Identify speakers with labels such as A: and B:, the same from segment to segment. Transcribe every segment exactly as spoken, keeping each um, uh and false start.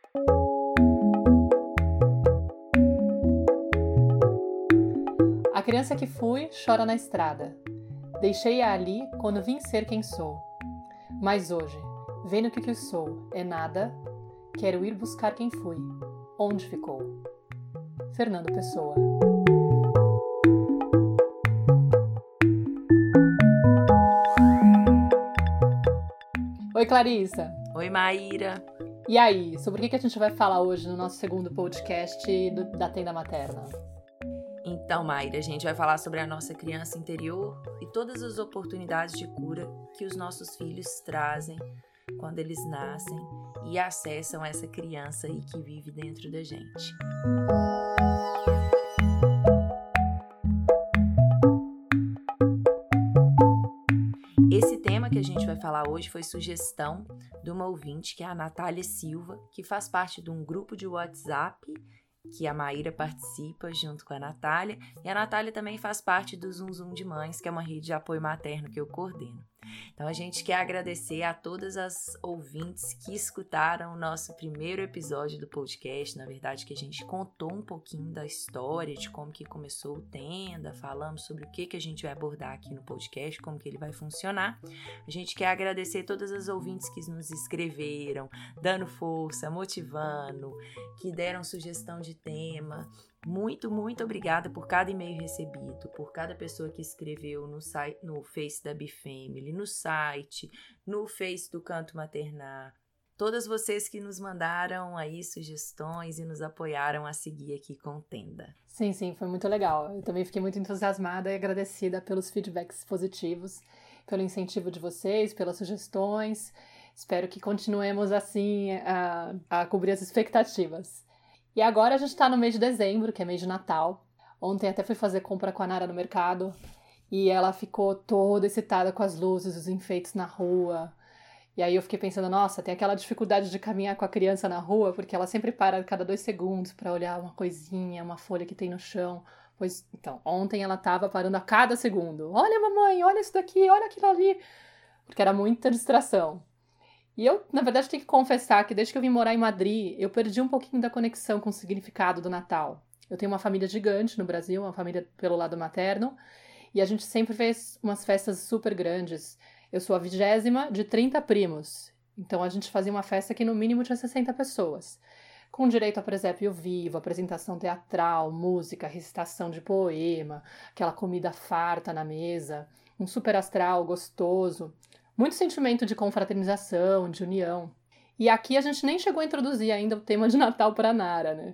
A: A criança que fui chora na estrada. Deixei-a ali quando vim ser quem sou. Mas hoje, vendo que o que sou é nada, quero ir buscar quem fui. Onde ficou? Fernando Pessoa. Oi, Clarissa.
B: Oi, Maíra.
A: E aí, sobre o que a gente vai falar hoje no nosso segundo podcast do, da Tenda Materna?
B: Então, Maíra, a gente vai falar sobre a nossa criança interior e todas as oportunidades de cura que os nossos filhos trazem quando eles nascem e acessam essa criança aí que vive dentro da gente. Esse tema que a gente vai falar hoje foi sugestão de uma ouvinte, que é a Natália Silva, que faz parte de um grupo de WhatsApp que a Maíra participa junto com a Natália, e a Natália também faz parte do Zum Zum de Mães, que é uma rede de apoio materno que eu coordeno. Então a gente quer agradecer a todas as ouvintes que escutaram o nosso primeiro episódio do podcast, na verdade que a gente contou um pouquinho da história, de como que começou o Tenda, falamos sobre o que, que a gente vai abordar aqui no podcast, como que ele vai funcionar. A gente quer agradecer todas as ouvintes que nos escreveram, dando força, motivando, que deram sugestão de tema. Muito, muito obrigada por cada e-mail recebido, por cada pessoa que escreveu no, site, no Face da Bifamily, no site, no Face do Canto Maternar. Todas vocês que nos mandaram aí sugestões e nos apoiaram a seguir aqui com o Tenda.
A: Sim, sim, foi muito legal. Eu também fiquei muito entusiasmada e agradecida pelos feedbacks positivos, pelo incentivo de vocês, pelas sugestões. Espero que continuemos assim a, a cobrir as expectativas. E agora a gente tá no mês de dezembro, que é mês de Natal. Ontem até fui fazer compra com a Nara no mercado e ela ficou toda excitada com as luzes, os enfeites na rua. E aí eu fiquei pensando, nossa, tem aquela dificuldade de caminhar com a criança na rua, porque ela sempre para a cada dois segundos para olhar uma coisinha, uma folha que tem no chão. Pois, então, ontem ela tava parando a cada segundo. Olha, mamãe, olha isso daqui, olha aquilo ali. Porque era muita distração. E eu, na verdade, tenho que confessar que desde que eu vim morar em Madrid, eu perdi um pouquinho da conexão com o significado do Natal. Eu tenho uma família gigante no Brasil, uma família pelo lado materno, e a gente sempre fez umas festas super grandes. Eu sou a vigésima de trinta primos, então a gente fazia uma festa que no mínimo tinha sessenta pessoas, com direito a presépio vivo, apresentação teatral, música, recitação de poema, aquela comida farta na mesa, um super astral gostoso. Muito sentimento de confraternização, de união. E aqui a gente nem chegou a introduzir ainda o tema de Natal para a Nara, né?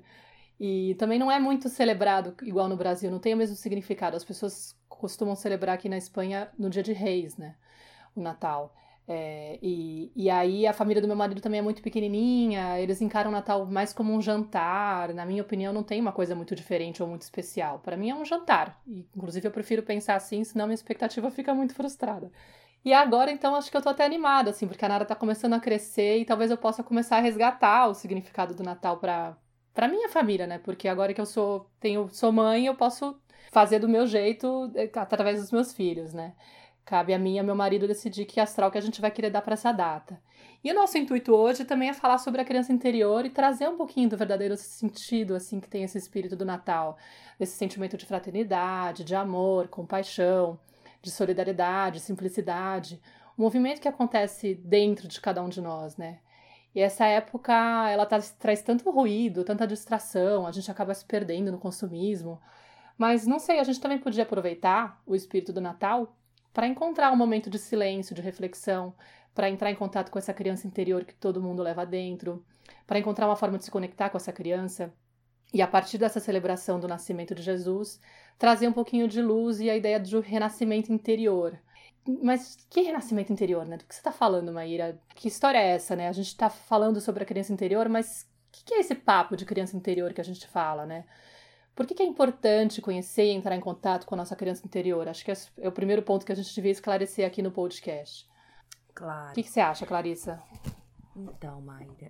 A: E também não é muito celebrado igual no Brasil, não tem o mesmo significado. As pessoas costumam celebrar aqui na Espanha no Dia de Reis, né? O Natal. É, e, e aí a família do meu marido também é muito pequenininha, eles encaram o Natal mais como um jantar. Na minha opinião, não tem uma coisa muito diferente ou muito especial. Para mim é um jantar. E, inclusive eu prefiro pensar assim, senão minha expectativa fica muito frustrada. E agora, então, acho que eu tô até animada, assim, porque a Nara tá começando a crescer e talvez eu possa começar a resgatar o significado do Natal pra, pra minha família, né? Porque agora que eu sou, tenho, sou mãe, eu posso fazer do meu jeito através dos meus filhos, né? Cabe a mim e ao meu marido decidir que astral que a gente vai querer dar pra essa data. E o nosso intuito hoje também é falar sobre a criança interior e trazer um pouquinho do verdadeiro sentido, assim, que tem esse espírito do Natal. Desse sentimento de fraternidade, de amor, compaixão, de solidariedade, simplicidade, um movimento que acontece dentro de cada um de nós, né? E essa época, ela tá, traz tanto ruído, tanta distração, a gente acaba se perdendo no consumismo, mas não sei, a gente também podia aproveitar o espírito do Natal para encontrar um momento de silêncio, de reflexão, para entrar em contato com essa criança interior que todo mundo leva dentro, para encontrar uma forma de se conectar com essa criança. E a partir dessa celebração do nascimento de Jesus, trazer um pouquinho de luz e a ideia de um renascimento interior. Mas que renascimento interior, né? Do que você está falando, Maíra? Que história é essa, né? A gente está falando sobre a criança interior, mas o que é esse papo de criança interior que a gente fala, né? Por que, que é importante conhecer e entrar em contato com a nossa criança interior? Acho que é o primeiro ponto que a gente devia esclarecer aqui no podcast.
B: Claro.
A: O que, que você acha, Clarissa?
B: Então, Maíra,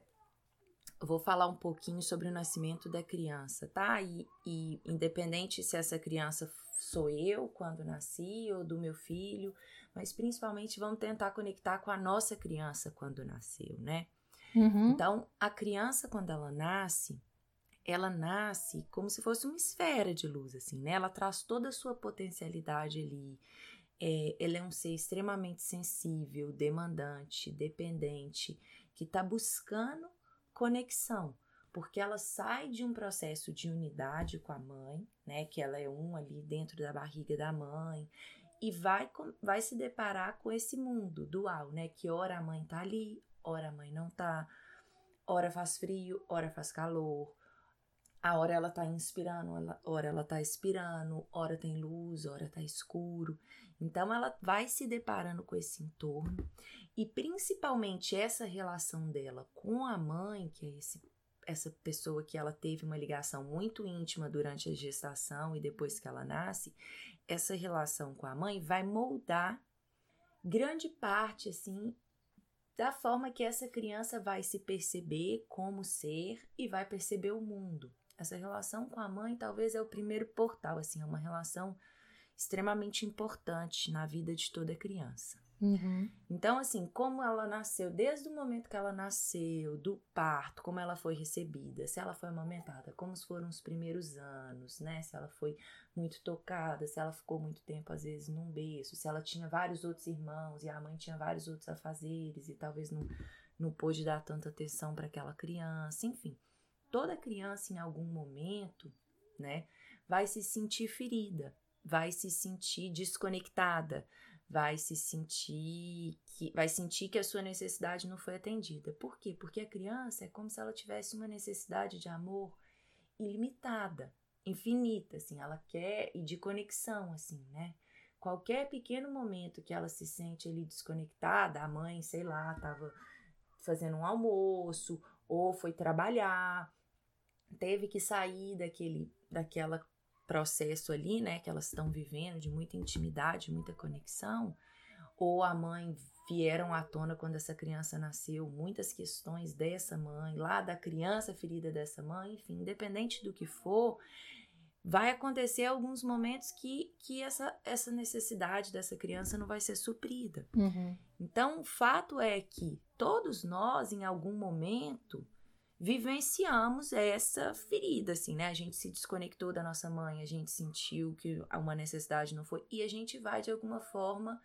B: eu vou falar um pouquinho sobre o nascimento da criança, tá? E, e independente se essa criança sou eu quando nasci ou do meu filho, mas principalmente vamos tentar conectar com a nossa criança quando nasceu, né?
A: Uhum.
B: Então, a criança, quando ela nasce, ela nasce como se fosse uma esfera de luz, assim, né? Ela traz toda a sua potencialidade ali. É, ela é um ser extremamente sensível, demandante, dependente, que está buscando conexão, porque ela sai de um processo de unidade com a mãe, né? Que ela é um ali dentro da barriga da mãe, e vai, vai se deparar com esse mundo dual, né? Que ora a mãe tá ali, ora a mãe não tá, ora faz frio, ora faz calor, a hora ela tá inspirando, ela, hora ela tá expirando, hora tem luz, hora tá escuro. Então ela vai se deparando com esse entorno, e principalmente essa relação dela com a mãe, que é esse, essa pessoa que ela teve uma ligação muito íntima durante a gestação e depois que ela nasce, essa relação com a mãe vai moldar grande parte, assim, da forma que essa criança vai se perceber como ser e vai perceber o mundo. Essa relação com a mãe talvez é o primeiro portal, assim, é uma relação extremamente importante na vida de toda criança.
A: Uhum.
B: Então, assim, como ela nasceu, desde o momento que ela nasceu, do parto, como ela foi recebida, se ela foi amamentada, como foram os primeiros anos, né? Se ela foi muito tocada, se ela ficou muito tempo, às vezes, num berço, se ela tinha vários outros irmãos e a mãe tinha vários outros afazeres e talvez não, não pôde dar tanta atenção para aquela criança, enfim. Toda criança, em algum momento, né, vai se sentir ferida, vai se sentir desconectada, vai se sentir que, vai sentir que a sua necessidade não foi atendida. Por quê? Porque a criança é como se ela tivesse uma necessidade de amor ilimitada, infinita, assim, ela quer, e de conexão, assim, né? Qualquer pequeno momento que ela se sente ali desconectada, a mãe, sei lá, estava fazendo um almoço, ou foi trabalhar, teve que sair daquele, daquela processo ali, né, que elas estão vivendo, de muita intimidade, muita conexão, ou a mãe vieram à tona quando essa criança nasceu, muitas questões dessa mãe, lá da criança ferida dessa mãe, enfim, independente do que for, vai acontecer alguns momentos que, que essa, essa necessidade dessa criança não vai ser suprida.
A: Uhum.
B: Então, o fato é que todos nós, em algum momento, vivenciamos essa ferida, assim, né? A gente se desconectou da nossa mãe, a gente sentiu que uma necessidade não foi, e a gente vai, de alguma forma,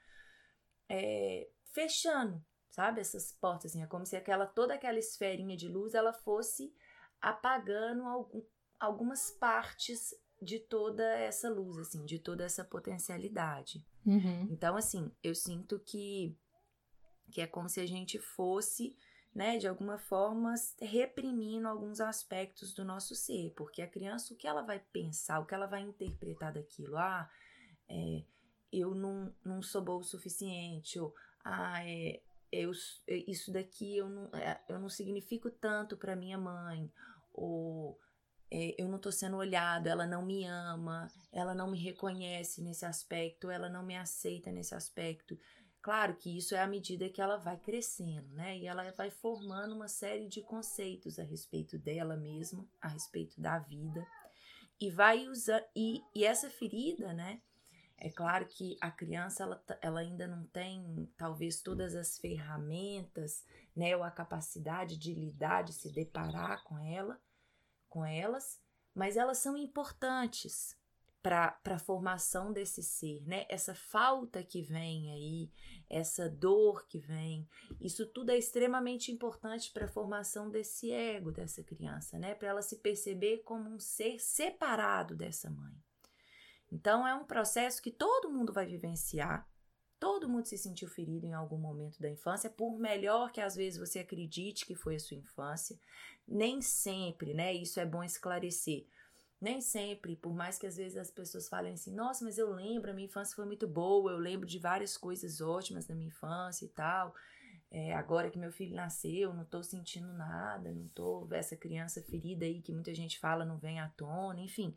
B: é, fechando, sabe? Essas portas, assim, é como se aquela, toda aquela esferinha de luz, ela fosse apagando algum, algumas partes de toda essa luz, assim, de toda essa potencialidade.
A: Uhum.
B: Então, assim, eu sinto que, que é como se a gente fosse, né, de alguma forma, reprimindo alguns aspectos do nosso ser, porque a criança, o que ela vai pensar, o que ela vai interpretar daquilo, ah, é, eu não, não sou boa o suficiente, ou, ah, é, eu, isso daqui eu não, é, eu não significo tanto para minha mãe, ou é, eu não tô sendo olhado, ela não me ama, ela não me reconhece nesse aspecto, ela não me aceita nesse aspecto. Claro que isso é à medida que ela vai crescendo, né? E ela vai formando uma série de conceitos a respeito dela mesma, a respeito da vida. E vai usar, e, e essa ferida, né? É claro que a criança, ela, ela ainda não tem, talvez, todas as ferramentas, né? Ou a capacidade de lidar, de se deparar com ela, com elas, mas elas são importantes para a formação desse ser, né? Essa falta que vem aí, essa dor que vem, isso tudo é extremamente importante para a formação desse ego dessa criança, né? Para ela se perceber como um ser separado dessa mãe. Então é um processo que todo mundo vai vivenciar, todo mundo se sentiu ferido em algum momento da infância, por melhor que às vezes você acredite que foi a sua infância, nem sempre, né? Isso é bom esclarecer. Nem sempre, por mais que às vezes as pessoas falem assim, nossa, mas eu lembro, a minha infância foi muito boa, eu lembro de várias coisas ótimas da minha infância e tal, é, agora que meu filho nasceu, não tô sentindo nada, não tô, essa criança ferida aí que muita gente fala não vem à tona, enfim,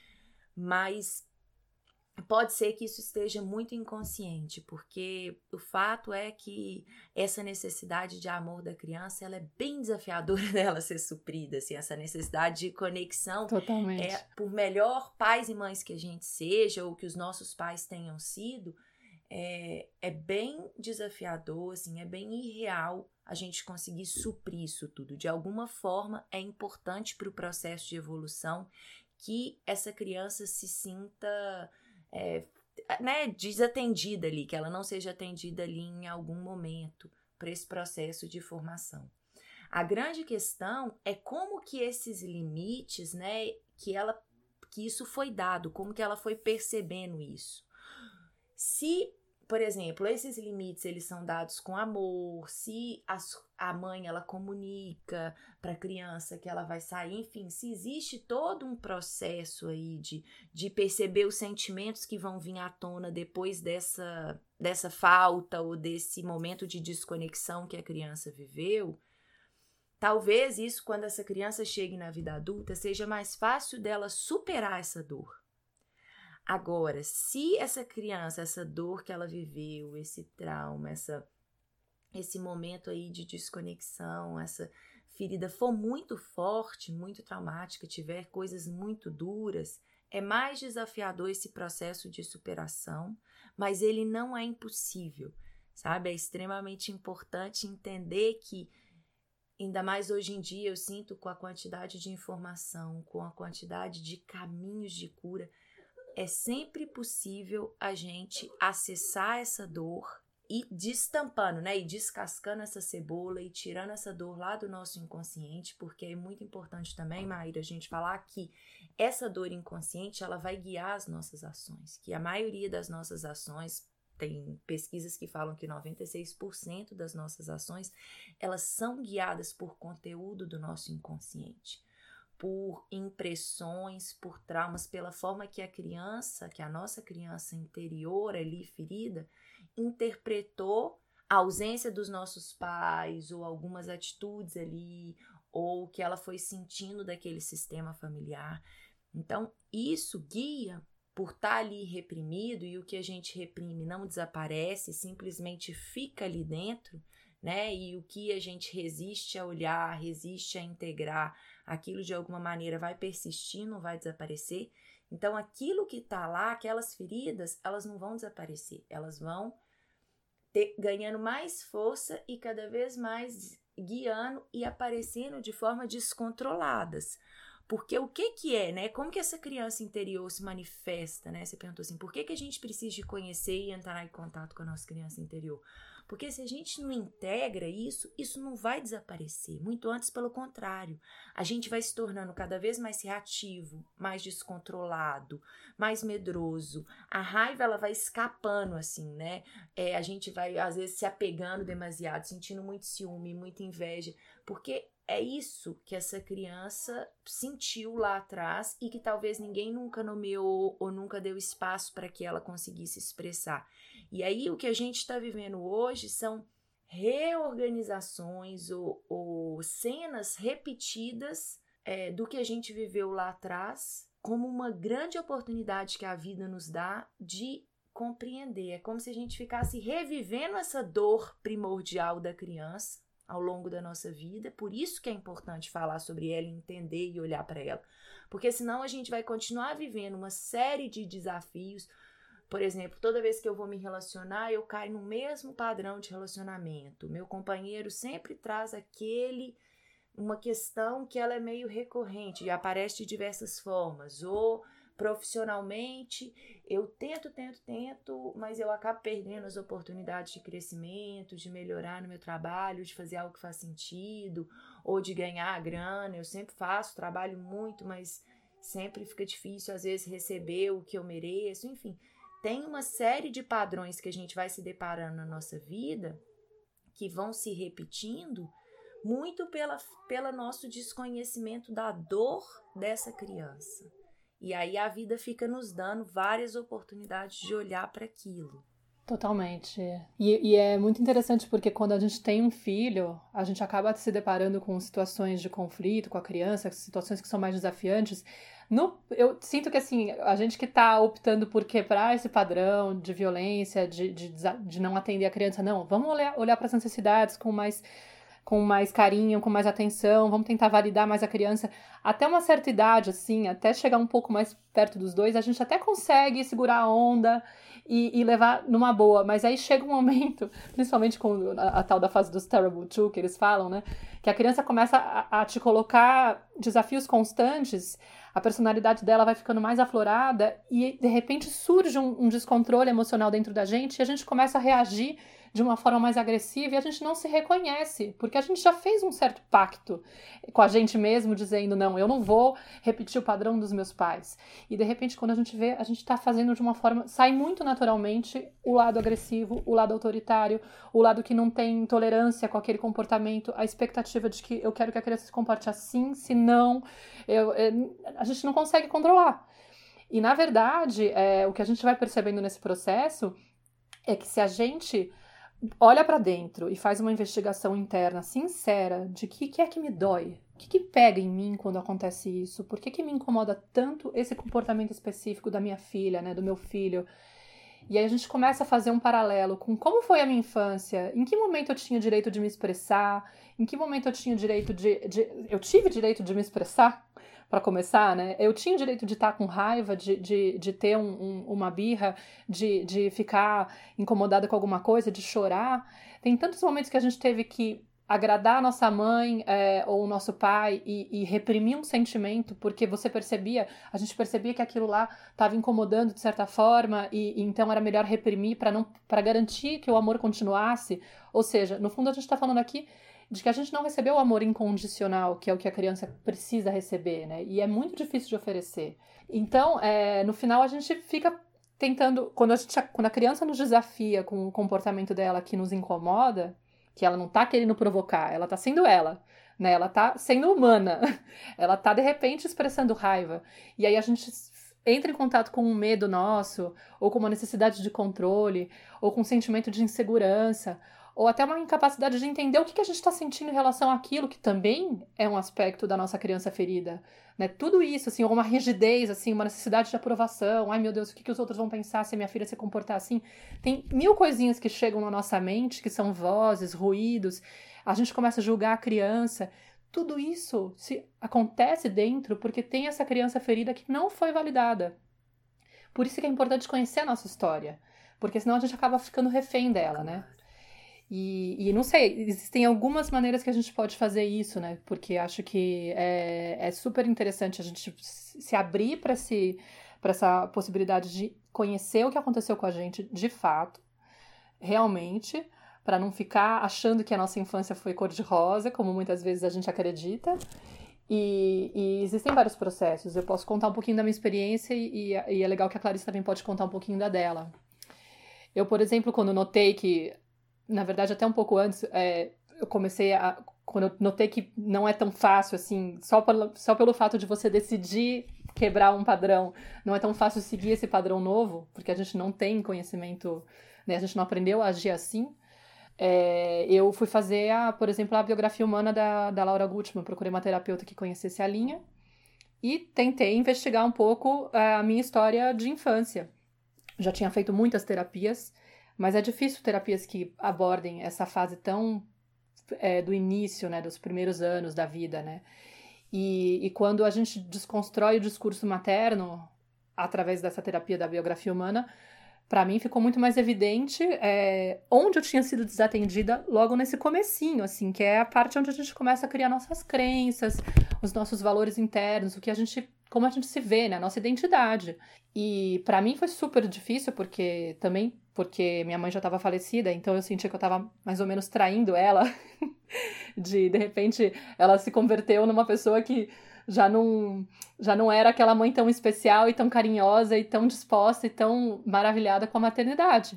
B: mas pode ser que isso esteja muito inconsciente, porque o fato é que essa necessidade de amor da criança, ela é bem desafiadora dela ser suprida, assim, essa necessidade de conexão.
A: Totalmente.
B: É, por melhor pais e mães que a gente seja, ou que os nossos pais tenham sido, é, é bem desafiador, assim, é bem irreal a gente conseguir suprir isso tudo. De alguma forma, é importante para o processo de evolução que essa criança se sinta é, né, desatendida ali, que ela não seja atendida ali em algum momento para esse processo de formação. A grande questão é como que esses limites, né, que, ela, que isso foi dado, como que ela foi percebendo isso. Se, por exemplo, esses limites eles são dados com amor, se a, a mãe ela comunica para a criança que ela vai sair, enfim, se existe todo um processo aí de, de perceber os sentimentos que vão vir à tona depois dessa, dessa falta ou desse momento de desconexão que a criança viveu, talvez isso, quando essa criança chegue na vida adulta, seja mais fácil dela superar essa dor. Agora, se essa criança, essa dor que ela viveu, esse trauma, essa, esse momento aí de desconexão, essa ferida for muito forte, muito traumática, tiver coisas muito duras, é mais desafiador esse processo de superação, mas ele não é impossível, sabe? É extremamente importante entender que, ainda mais hoje em dia, eu sinto com a quantidade de informação, com a quantidade de caminhos de cura, é sempre possível a gente acessar essa dor e destampando, né? E descascando essa cebola e tirando essa dor lá do nosso inconsciente, porque é muito importante também, Maíra, a gente falar que essa dor inconsciente, ela vai guiar as nossas ações, que a maioria das nossas ações, tem pesquisas que falam que noventa e seis por cento das nossas ações, elas são guiadas por conteúdo do nosso inconsciente, por impressões, por traumas, pela forma que a criança, que a nossa criança interior ali ferida, interpretou a ausência dos nossos pais ou algumas atitudes ali, ou que ela foi sentindo daquele sistema familiar. Então, isso guia por estar ali reprimido, e o que a gente reprime não desaparece, simplesmente fica ali dentro, né? E o que a gente resiste a olhar, resiste a integrar, aquilo de alguma maneira vai persistir, não vai desaparecer. Então, aquilo que está lá, aquelas feridas, elas não vão desaparecer, elas vão ter, ganhando mais força e cada vez mais guiando e aparecendo de forma descontroladas. Porque o que que é, né? Como que essa criança interior se manifesta, né? Você perguntou assim, por que que a gente precisa de conhecer e entrar em contato com a nossa criança interior? Porque se a gente não integra isso, isso não vai desaparecer. Muito antes, pelo contrário. A gente vai se tornando cada vez mais reativo, mais descontrolado, mais medroso. A raiva, ela vai escapando, assim, né? É, a gente vai, às vezes, se apegando demasiado, sentindo muito ciúme, muita inveja. Porque é isso que essa criança sentiu lá atrás e que talvez ninguém nunca nomeou ou nunca deu espaço para que ela conseguisse expressar. E aí o que a gente está vivendo hoje são reorganizações ou, ou cenas repetidas é, do que a gente viveu lá atrás, como uma grande oportunidade que a vida nos dá de compreender. É como se a gente ficasse revivendo essa dor primordial da criança ao longo da nossa vida. Por isso que é importante falar sobre ela, entender e olhar para ela. Porque senão a gente vai continuar vivendo uma série de desafios. Por exemplo, toda vez que eu vou me relacionar, eu caio no mesmo padrão de relacionamento. Meu companheiro sempre traz aquele, uma questão que ela é meio recorrente e aparece de diversas formas. Ou profissionalmente, eu tento, tento, tento, mas eu acabo perdendo as oportunidades de crescimento, de melhorar no meu trabalho, de fazer algo que faz sentido, ou de ganhar grana. Eu sempre faço, trabalho muito, mas sempre fica difícil, às vezes, receber o que eu mereço. Enfim, tem uma série de padrões que a gente vai se deparando na nossa vida que vão se repetindo muito pela, pelo nosso desconhecimento da dor dessa criança. E aí a vida fica nos dando várias oportunidades de olhar para aquilo.
A: Totalmente. E, e é muito interessante porque quando a gente tem um filho, a gente acaba se deparando com situações de conflito com a criança, situações que são mais desafiantes. No, eu sinto que assim, a gente que está optando por quebrar esse padrão de violência, de, de, de não atender a criança, não, vamos olhar, olhar para as necessidades com mais com mais carinho, com mais atenção, vamos tentar validar mais a criança. Até uma certa idade, assim, até chegar um pouco mais perto dos dois, a gente até consegue segurar a onda e, e levar numa boa, mas aí chega um momento, principalmente com a, a tal da fase dos Terrible Two, que eles falam, né, que a criança começa a, a te colocar desafios constantes, a personalidade dela vai ficando mais aflorada e, de repente, surge um, um descontrole emocional dentro da gente e a gente começa a reagir de uma forma mais agressiva e a gente não se reconhece, porque a gente já fez um certo pacto com a gente mesmo, dizendo, não, eu não vou repetir o padrão dos meus pais. E, de repente, quando a gente vê, a gente está fazendo de uma forma, sai muito naturalmente o lado agressivo, o lado autoritário, o lado que não tem tolerância com aquele comportamento, a expectativa de que eu quero que a criança se comporte assim, senão eu, eu, a gente não consegue controlar. E, na verdade, é, o que a gente vai percebendo nesse processo é que se a gente olha para dentro e faz uma investigação interna sincera de o que, que é que me dói, o que, que pega em mim quando acontece isso, por que, que me incomoda tanto esse comportamento específico da minha filha, né, do meu filho. E aí a gente começa a fazer um paralelo com como foi a minha infância, em que momento eu tinha direito de me expressar, em que momento eu tinha direito de... de eu tive direito de me expressar, para começar, né? Eu tinha o direito de estar com raiva, de, de, de ter um, um, uma birra, de, de ficar incomodada com alguma coisa, de chorar. Tem tantos momentos que a gente teve que agradar a nossa mãe é, ou o nosso pai e, e reprimir um sentimento, porque você percebia, a gente percebia que aquilo lá estava incomodando de certa forma e, e então era melhor reprimir para não, para garantir que o amor continuasse. Ou seja, no fundo a gente está falando aqui de que a gente não recebeu o amor incondicional, que é o que a criança precisa receber, né? E é muito difícil de oferecer. Então, é, no final, a gente fica tentando... Quando a, gente, quando a criança nos desafia com o comportamento dela que nos incomoda, que ela não tá querendo provocar, ela tá sendo ela, né? Ela tá sendo humana. Ela tá, de repente, expressando raiva. E aí a gente entra em contato com um medo nosso, ou com uma necessidade de controle, ou com um sentimento de insegurança, ou até uma incapacidade de entender o que a gente está sentindo em relação àquilo, que também é um aspecto da nossa criança ferida, né? Tudo isso, assim, ou uma rigidez, assim, uma necessidade de aprovação. Ai, meu Deus, o que, que os outros vão pensar se a minha filha se comportar assim? Tem mil coisinhas que chegam na nossa mente, que são vozes, ruídos. A gente começa a julgar a criança. Tudo isso se acontece dentro porque tem essa criança ferida que não foi validada. Por isso que é importante conhecer a nossa história, porque senão a gente acaba ficando refém dela, né? E, e não sei, existem algumas maneiras que a gente pode fazer isso, né? Porque acho que é, é super interessante a gente se abrir para esse, para essa possibilidade de conhecer o que aconteceu com a gente de fato, realmente, para não ficar achando que a nossa infância foi cor-de-rosa, como muitas vezes a gente acredita. E, e existem vários processos. Eu posso contar um pouquinho da minha experiência e, e é legal que a Clarice também pode contar um pouquinho da dela. Eu, por exemplo, quando notei que na verdade, até um pouco antes, é, eu comecei a... Quando eu notei que não é tão fácil, assim, só pelo, só pelo fato de você decidir quebrar um padrão, não é tão fácil seguir esse padrão novo, porque a gente não tem conhecimento, né, a gente não aprendeu a agir assim. É, eu fui fazer, a, por exemplo, a biografia humana da, da Laura Gutman, procurei uma terapeuta que conhecesse a linha e tentei investigar um pouco a minha história de infância. Já tinha feito muitas terapias, mas é difícil terapias que abordem essa fase tão é, do início, né, dos primeiros anos da vida, né? E, e quando a gente desconstrói o discurso materno através dessa terapia da biografia humana, para mim ficou muito mais evidente é, onde eu tinha sido desatendida logo nesse comecinho, assim, que é a parte onde a gente começa a criar nossas crenças, os nossos valores internos, o que a gente, como a gente se vê, né, a nossa identidade. E para mim foi super difícil, porque também porque minha mãe já estava falecida, então eu senti que eu estava mais ou menos traindo ela, de, de repente, ela se converteu numa pessoa que já não, já não era aquela mãe tão especial e tão carinhosa e tão disposta e tão maravilhada com a maternidade.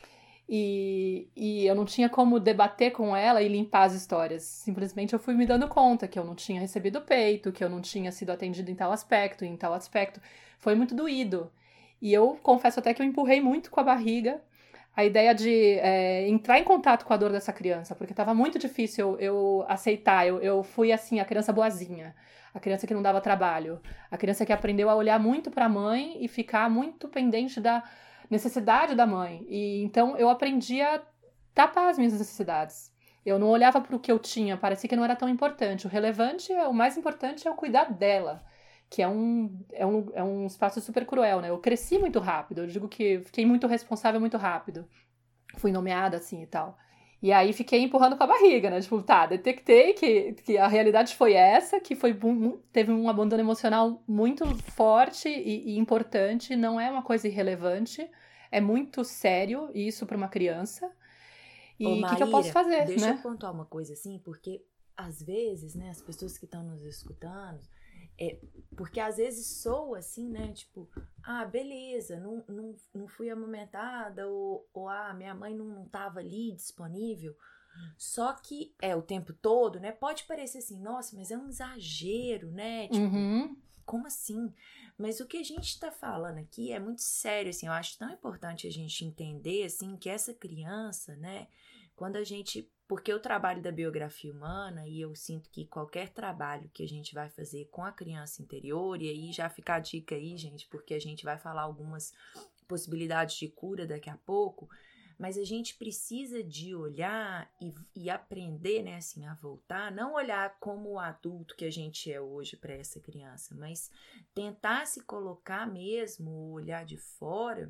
A: E, e eu não tinha como debater com ela e limpar as histórias. Simplesmente eu fui me dando conta que eu não tinha recebido peito, que eu não tinha sido atendida em tal aspecto, em tal aspecto. Foi muito doído. E eu confesso até que eu empurrei muito com a barriga a ideia de é, entrar em contato com a dor dessa criança, porque estava muito difícil eu, eu aceitar. Eu, eu fui, assim, a criança boazinha, a criança que não dava trabalho, a criança que aprendeu a olhar muito para a mãe e ficar muito pendente da necessidade da mãe. E então eu aprendi a tapar as minhas necessidades. Eu não olhava para o que eu tinha, parecia que não era tão importante. O relevante, é o mais importante é o cuidar dela, que é um, é um, é um espaço super cruel, né? Eu cresci muito rápido, eu digo que fiquei muito responsável muito rápido. Fui nomeada assim e tal. E aí fiquei empurrando com a barriga, né? Tipo, tá, detectei que, que a realidade foi essa, que foi teve um abandono emocional muito forte e, e importante, não é uma coisa irrelevante, é muito sério isso para uma criança.
B: Ô,
A: E o que, que eu posso
B: Maíra,
A: fazer,
B: deixa eu
A: né?
B: pontuar uma coisa assim, porque às vezes, né, as pessoas que estão nos escutando, é, porque às vezes soa assim, né, tipo, ah, beleza, não, não, não fui amamentada, ou, ou ah, minha mãe não, não tava ali disponível, só que é o tempo todo, né, pode parecer assim, nossa, mas é um exagero, né, tipo,
A: Uhum.
B: como assim? Mas o que a gente tá falando aqui é muito sério, assim, eu acho tão importante a gente entender, assim, que essa criança, né, quando a gente, porque eu trabalho da biografia humana e eu sinto que qualquer trabalho que a gente vai fazer com a criança interior, e aí já fica a dica aí, gente, porque a gente vai falar algumas possibilidades de cura daqui a pouco, mas a gente precisa de olhar e, e aprender, né, assim, a voltar, não olhar como o adulto que a gente é hoje para essa criança, mas tentar se colocar mesmo, olhar de fora,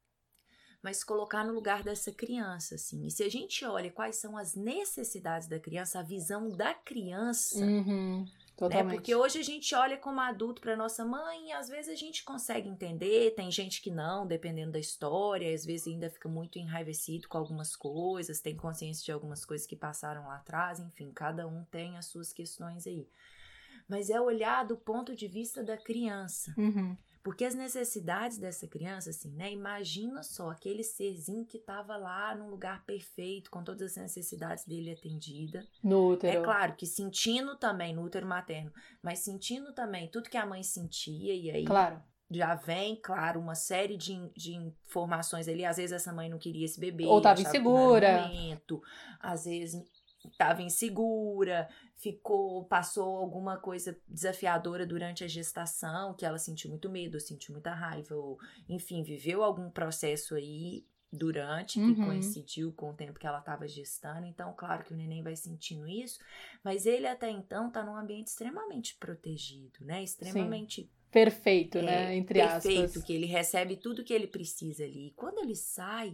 B: mas colocar no lugar dessa criança, assim. E se a gente olha quais são as necessidades da criança, a visão da criança,
A: Uhum.
B: né? Porque
A: Totalmente.
B: hoje a gente olha como adulto para nossa mãe e às vezes a gente consegue entender, tem gente que não, dependendo da história, às vezes ainda fica muito enraivecido com algumas coisas, tem consciência de algumas coisas que passaram lá atrás, enfim, cada um tem as suas questões aí. Mas é olhar do ponto de vista da criança.
A: Uhum.
B: Porque as necessidades dessa criança, assim, né? Imagina só aquele serzinho que estava lá num lugar perfeito, com todas as necessidades dele atendida.
A: No útero.
B: É claro que sentindo também, no útero materno, mas sentindo também tudo que a mãe sentia, e aí
A: Claro.
B: já vem, claro, uma série de, de informações ali. Às vezes essa mãe não queria esse bebê,
A: Ou tava
B: achava que não era o
A: insegura.
B: momento, às vezes estava insegura, ficou, passou alguma coisa desafiadora durante a gestação, que ela sentiu muito medo, sentiu muita raiva, ou, enfim, viveu algum processo aí durante, que
A: Uhum.
B: coincidiu com o tempo que ela estava gestando. Então, claro que o neném vai sentindo isso, mas ele até então está num ambiente extremamente protegido, né? Extremamente...
A: Sim. Perfeito,
B: é,
A: né? Entre
B: perfeito,
A: aspas.
B: que ele recebe tudo que ele precisa ali. E quando ele sai,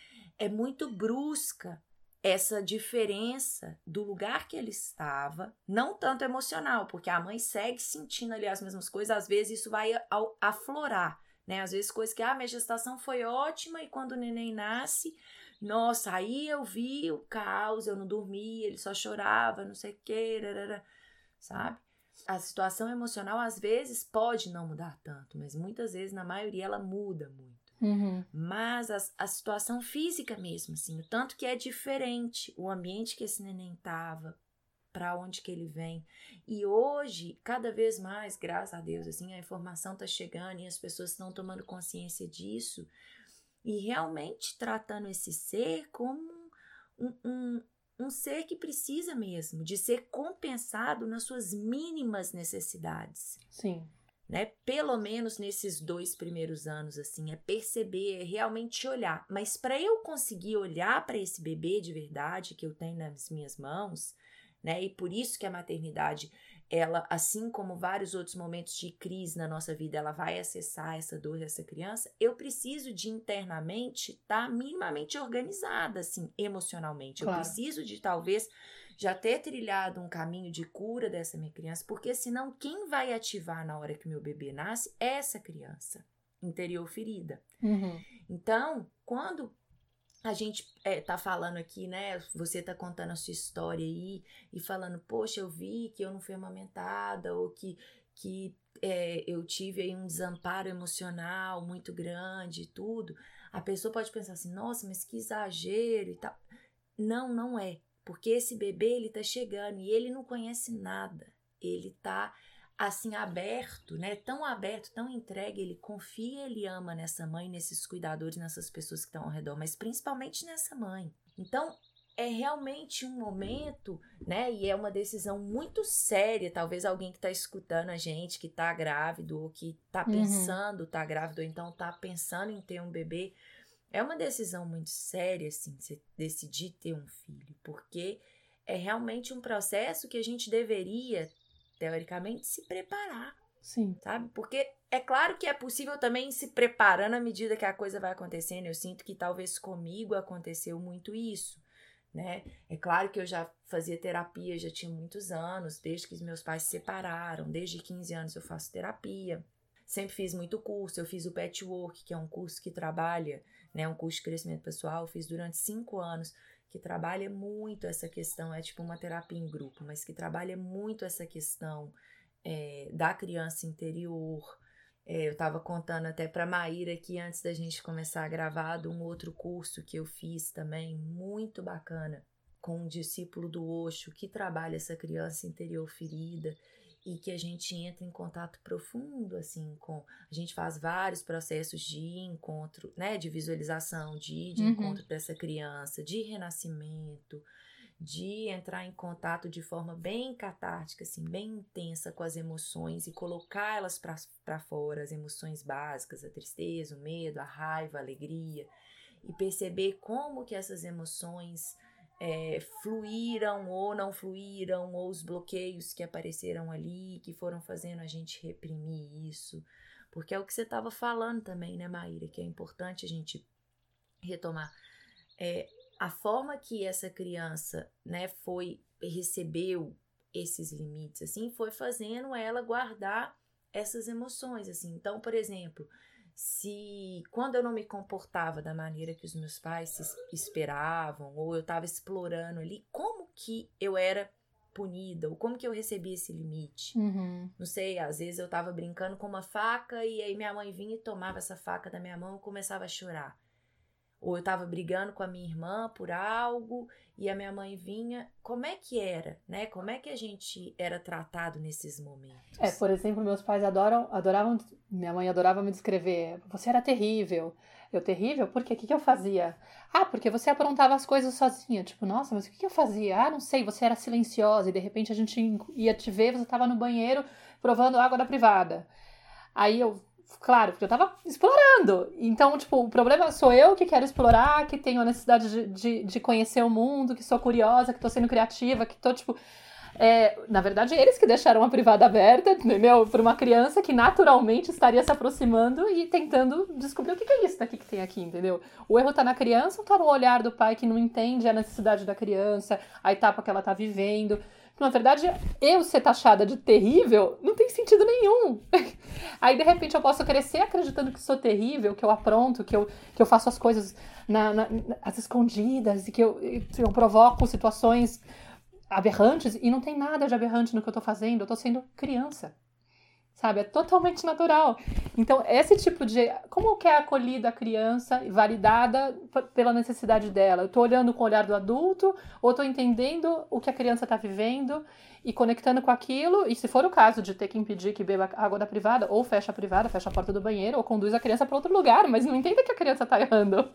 B: é muito brusca essa diferença do lugar que ele estava, não tanto emocional, porque a mãe segue sentindo ali as mesmas coisas, às vezes isso vai ao, aflorar, né? Às vezes coisas que, ah, minha gestação foi ótima e quando o neném nasce, nossa, aí eu vi o caos, eu não dormia, ele só chorava, não sei o que, sabe? A situação emocional às vezes pode não mudar tanto, mas muitas vezes, na maioria, ela muda muito.
A: Uhum.
B: Mas a, a situação física mesmo, assim, o tanto que é diferente o ambiente que esse neném tava, para onde que ele vem. E hoje, cada vez mais, graças a Deus, assim, a informação tá chegando e as pessoas estão tomando consciência disso e realmente tratando esse ser como um, um, um ser que precisa mesmo de ser compensado nas suas mínimas necessidades.
A: Sim.
B: Né? Pelo menos nesses dois primeiros anos, assim, é perceber, é realmente olhar. Mas para eu conseguir olhar para esse bebê de verdade que eu tenho nas minhas mãos, né? E por isso que a maternidade, ela, assim como vários outros momentos de crise na nossa vida, ela vai acessar essa dor dessa criança, eu preciso de internamente estar tá minimamente organizada, assim, emocionalmente.
A: Claro.
B: Eu preciso de, talvez, já ter trilhado um caminho de cura dessa minha criança, porque senão quem vai ativar na hora que meu bebê nasce é essa criança interior ferida.
A: Uhum.
B: Então, quando a gente é, tá falando aqui, né, você tá contando a sua história aí e falando, poxa, eu vi que eu não fui amamentada ou que, que é, eu tive aí um desamparo emocional muito grande e tudo, a pessoa pode pensar assim, nossa, mas que exagero e tal. Não, não é. Porque esse bebê, ele tá chegando e ele não conhece nada. Ele tá, assim, aberto, né? Tão aberto, tão entregue. Ele confia, ele ama nessa mãe, nesses cuidadores, nessas pessoas que estão ao redor. Mas principalmente nessa mãe. Então, é realmente um momento, né? E é uma decisão muito séria. Talvez alguém que tá escutando a gente, que tá grávido, ou que tá pensando, uhum. tá grávido, ou então tá pensando em ter um bebê. É uma decisão muito séria, assim, você decidir ter um filho, porque é realmente um processo que a gente deveria, teoricamente, se preparar.
A: Sim.
B: Sabe? Porque é claro que é possível também se preparando à medida que a coisa vai acontecendo. Eu sinto que talvez comigo aconteceu muito isso, né? É claro que eu já fazia terapia, já tinha muitos anos, desde que os meus pais se separaram, desde quinze anos eu faço terapia. Sempre fiz muito curso, eu fiz o Patchwork, que é um curso que trabalha, né, um curso de crescimento pessoal, eu fiz durante cinco anos, que trabalha muito essa questão, é tipo uma terapia em grupo, mas que trabalha muito essa questão é, da criança interior. É, eu estava contando até para Maíra que antes da gente começar a gravar, de um outro curso que eu fiz também, muito bacana, com um discípulo do Osho, que trabalha essa criança interior ferida, e que a gente entra em contato profundo, assim, com... A gente faz vários processos de encontro, né, de visualização, de, de uhum. encontro dessa criança, de renascimento, de entrar em contato de forma bem catártica, assim, bem intensa com as emoções e colocar elas para fora, as emoções básicas, a tristeza, o medo, a raiva, a alegria, e perceber como que essas emoções... É, fluíram ou não fluíram, ou os bloqueios que apareceram ali, que foram fazendo a gente reprimir isso, porque é o que você estava falando também, né, Maíra, que é importante a gente retomar, é, a forma que essa criança, né, foi, recebeu esses limites, assim, foi fazendo ela guardar essas emoções, assim. Então, por exemplo, se quando eu não me comportava da maneira que os meus pais se esperavam, ou eu estava explorando ali, como que eu era punida, ou como que eu recebia esse limite.
A: Uhum.
B: Não sei, às vezes eu estava brincando com uma faca e aí minha mãe vinha e tomava essa faca da minha mão e começava a chorar. Ou eu estava brigando com a minha irmã por algo e a minha mãe vinha. Como é que era, né? Como é que a gente era tratado nesses momentos?
A: É, por exemplo, meus pais adoram, adoravam, minha mãe adorava me descrever. Você era terrível. Eu terrível? Por quê? O que, que eu fazia? Ah, porque você aprontava as coisas sozinha. Tipo, nossa, mas o que, que eu fazia? Ah, não sei, você era silenciosa e de repente a gente ia te ver, você estava no banheiro provando água da privada. Aí eu... Claro, porque eu tava explorando. Então, tipo, o problema sou eu que quero explorar, que tenho a necessidade de, de, de conhecer o mundo, que sou curiosa, que tô sendo criativa, que tô, tipo... É, na verdade, eles que deixaram a privada aberta, entendeu? Para uma criança que naturalmente estaria se aproximando e tentando descobrir o que é isso daqui que tem aqui, entendeu? O erro tá na criança ou tá no olhar do pai que não entende a necessidade da criança, a etapa que ela tá vivendo... Na verdade, eu ser taxada de terrível não tem sentido nenhum. Aí, de repente, eu posso crescer acreditando que sou terrível, que eu apronto, que eu, que eu faço as coisas na, na, às escondidas, e que eu, eu provoco situações aberrantes, e não tem nada de aberrante no que eu tô fazendo, eu tô sendo criança. Sabe? É totalmente natural. Então, esse tipo de... Como que é acolhida a criança, validada p- pela necessidade dela? Eu tô olhando com o olhar do adulto, ou tô entendendo o que a criança tá vivendo e conectando com aquilo, e se for o caso de ter que impedir que beba água da privada, ou fecha a privada, fecha a porta do banheiro, ou conduz a criança para outro lugar, mas não entenda que a criança tá errando.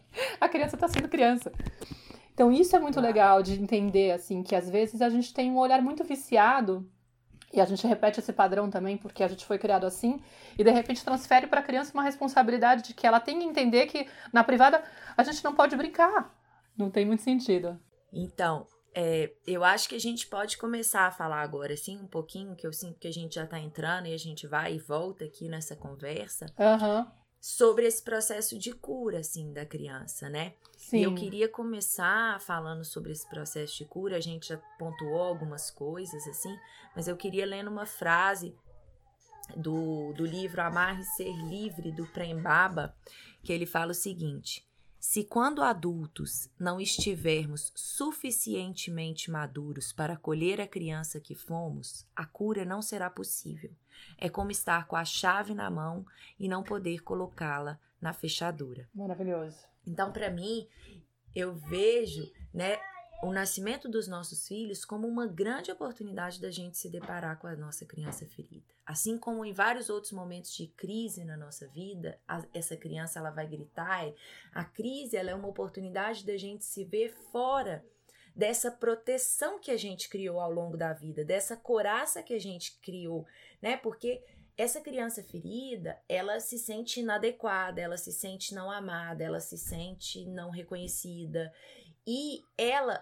A: A criança tá sendo criança. Então, isso é muito legal de entender, assim, que às vezes a gente tem um olhar muito viciado. E a gente repete esse padrão também, porque a gente foi criado assim, e de repente transfere para a criança uma responsabilidade de que ela tem que entender que na privada a gente não pode brincar. Não tem muito sentido.
B: Então, é, eu acho que a gente pode começar a falar agora, assim, um pouquinho, que eu sinto que a gente já está entrando e a gente vai e volta aqui nessa conversa,
A: uhum.
B: sobre esse processo de cura, assim, da criança, né?
A: Sim.
B: E eu queria começar falando sobre esse processo de cura, a gente já pontuou algumas coisas, assim, mas eu queria ler uma frase do, do livro Amar e Ser Livre, do Prem Baba, que ele fala o seguinte: se quando adultos não estivermos suficientemente maduros para acolher a criança que fomos, a cura não será possível. É como estar com a chave na mão e não poder colocá-la na fechadura.
A: Maravilhoso.
B: Então, para mim, eu vejo, né, o nascimento dos nossos filhos como uma grande oportunidade da gente se deparar com a nossa criança ferida. Assim como em vários outros momentos de crise na nossa vida, a, essa criança ela vai gritar. A crise ela é uma oportunidade da gente se ver fora dessa proteção que a gente criou ao longo da vida, dessa couraça que a gente criou, né? Porque essa criança ferida, ela se sente inadequada, ela se sente não amada, ela se sente não reconhecida. E ela,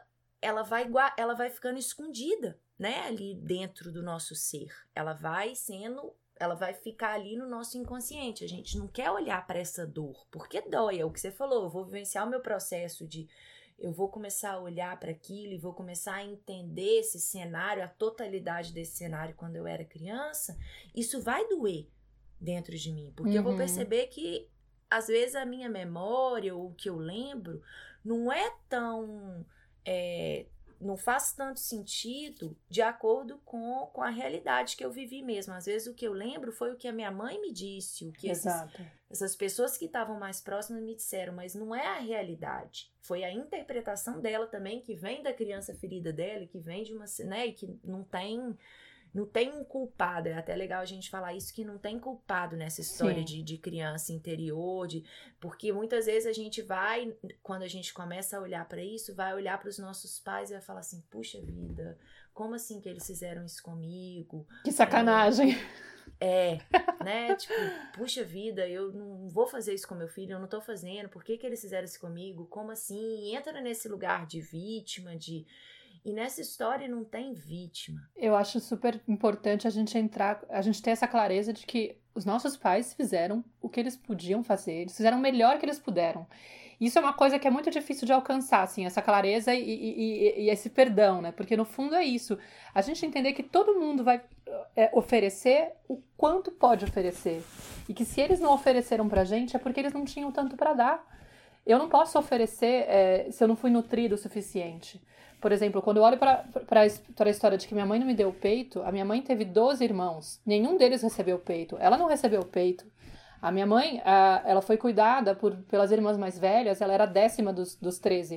B: ela vai, ela vai ficando escondida, né, ali dentro do nosso ser. Ela vai sendo, ela vai ficar ali no nosso inconsciente. A gente não quer olhar para essa dor, porque dói, é o que você falou, eu vou vivenciar o meu processo de, eu vou começar a olhar para aquilo e vou começar a entender esse cenário, a totalidade desse cenário quando eu era criança, isso vai doer dentro de mim, porque uhum. eu vou perceber que, às vezes, a minha memória, ou o que eu lembro, não é tão... É, não faz tanto sentido de acordo com, com a realidade que eu vivi mesmo. Às vezes o que eu lembro foi o que a minha mãe me disse, o que esses, essas pessoas que estavam mais próximas me disseram, mas não é a realidade. Foi a interpretação dela também, que vem da criança ferida dela, que vem de uma... né, e que não tem... Não tem um culpado, é até legal a gente falar isso, que não tem culpado nessa história de, de criança interior, de, porque muitas vezes a gente vai, quando a gente começa a olhar para isso, vai olhar para os nossos pais e vai falar assim, puxa vida, como assim que eles fizeram isso comigo?
A: Que sacanagem!
B: É, é né, tipo, puxa vida, eu não vou fazer isso com meu filho, eu não tô fazendo, por que que eles fizeram isso comigo? Como assim? Entra nesse lugar de vítima, de... E nessa história não tem vítima.
A: Eu acho super importante a gente entrar, a gente ter essa clareza de que os nossos pais fizeram o que eles podiam fazer, eles fizeram o melhor que eles puderam. Isso é uma coisa que é muito difícil de alcançar, assim, essa clareza e, e, e, e esse perdão, né? Porque no fundo é isso, a gente entender que todo mundo vai é, oferecer o quanto pode oferecer. E que se eles não ofereceram pra gente é porque eles não tinham tanto pra dar. Eu não posso oferecer é, se eu não fui nutrido o suficiente. Por exemplo, quando eu olho para a história de que minha mãe não me deu o peito, a minha mãe teve doze irmãos, nenhum deles recebeu o peito. Ela não recebeu o peito. A minha mãe, a, ela foi cuidada por, pelas irmãs mais velhas, ela era a décima dos, dos treze.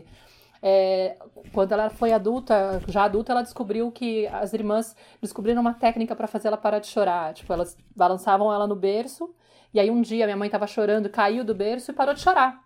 A: É, quando ela foi adulta, já adulta, ela descobriu que as irmãs descobriram uma técnica para fazer ela parar de chorar. Tipo, elas balançavam ela no berço, e aí um dia minha mãe estava chorando, caiu do berço e parou de chorar.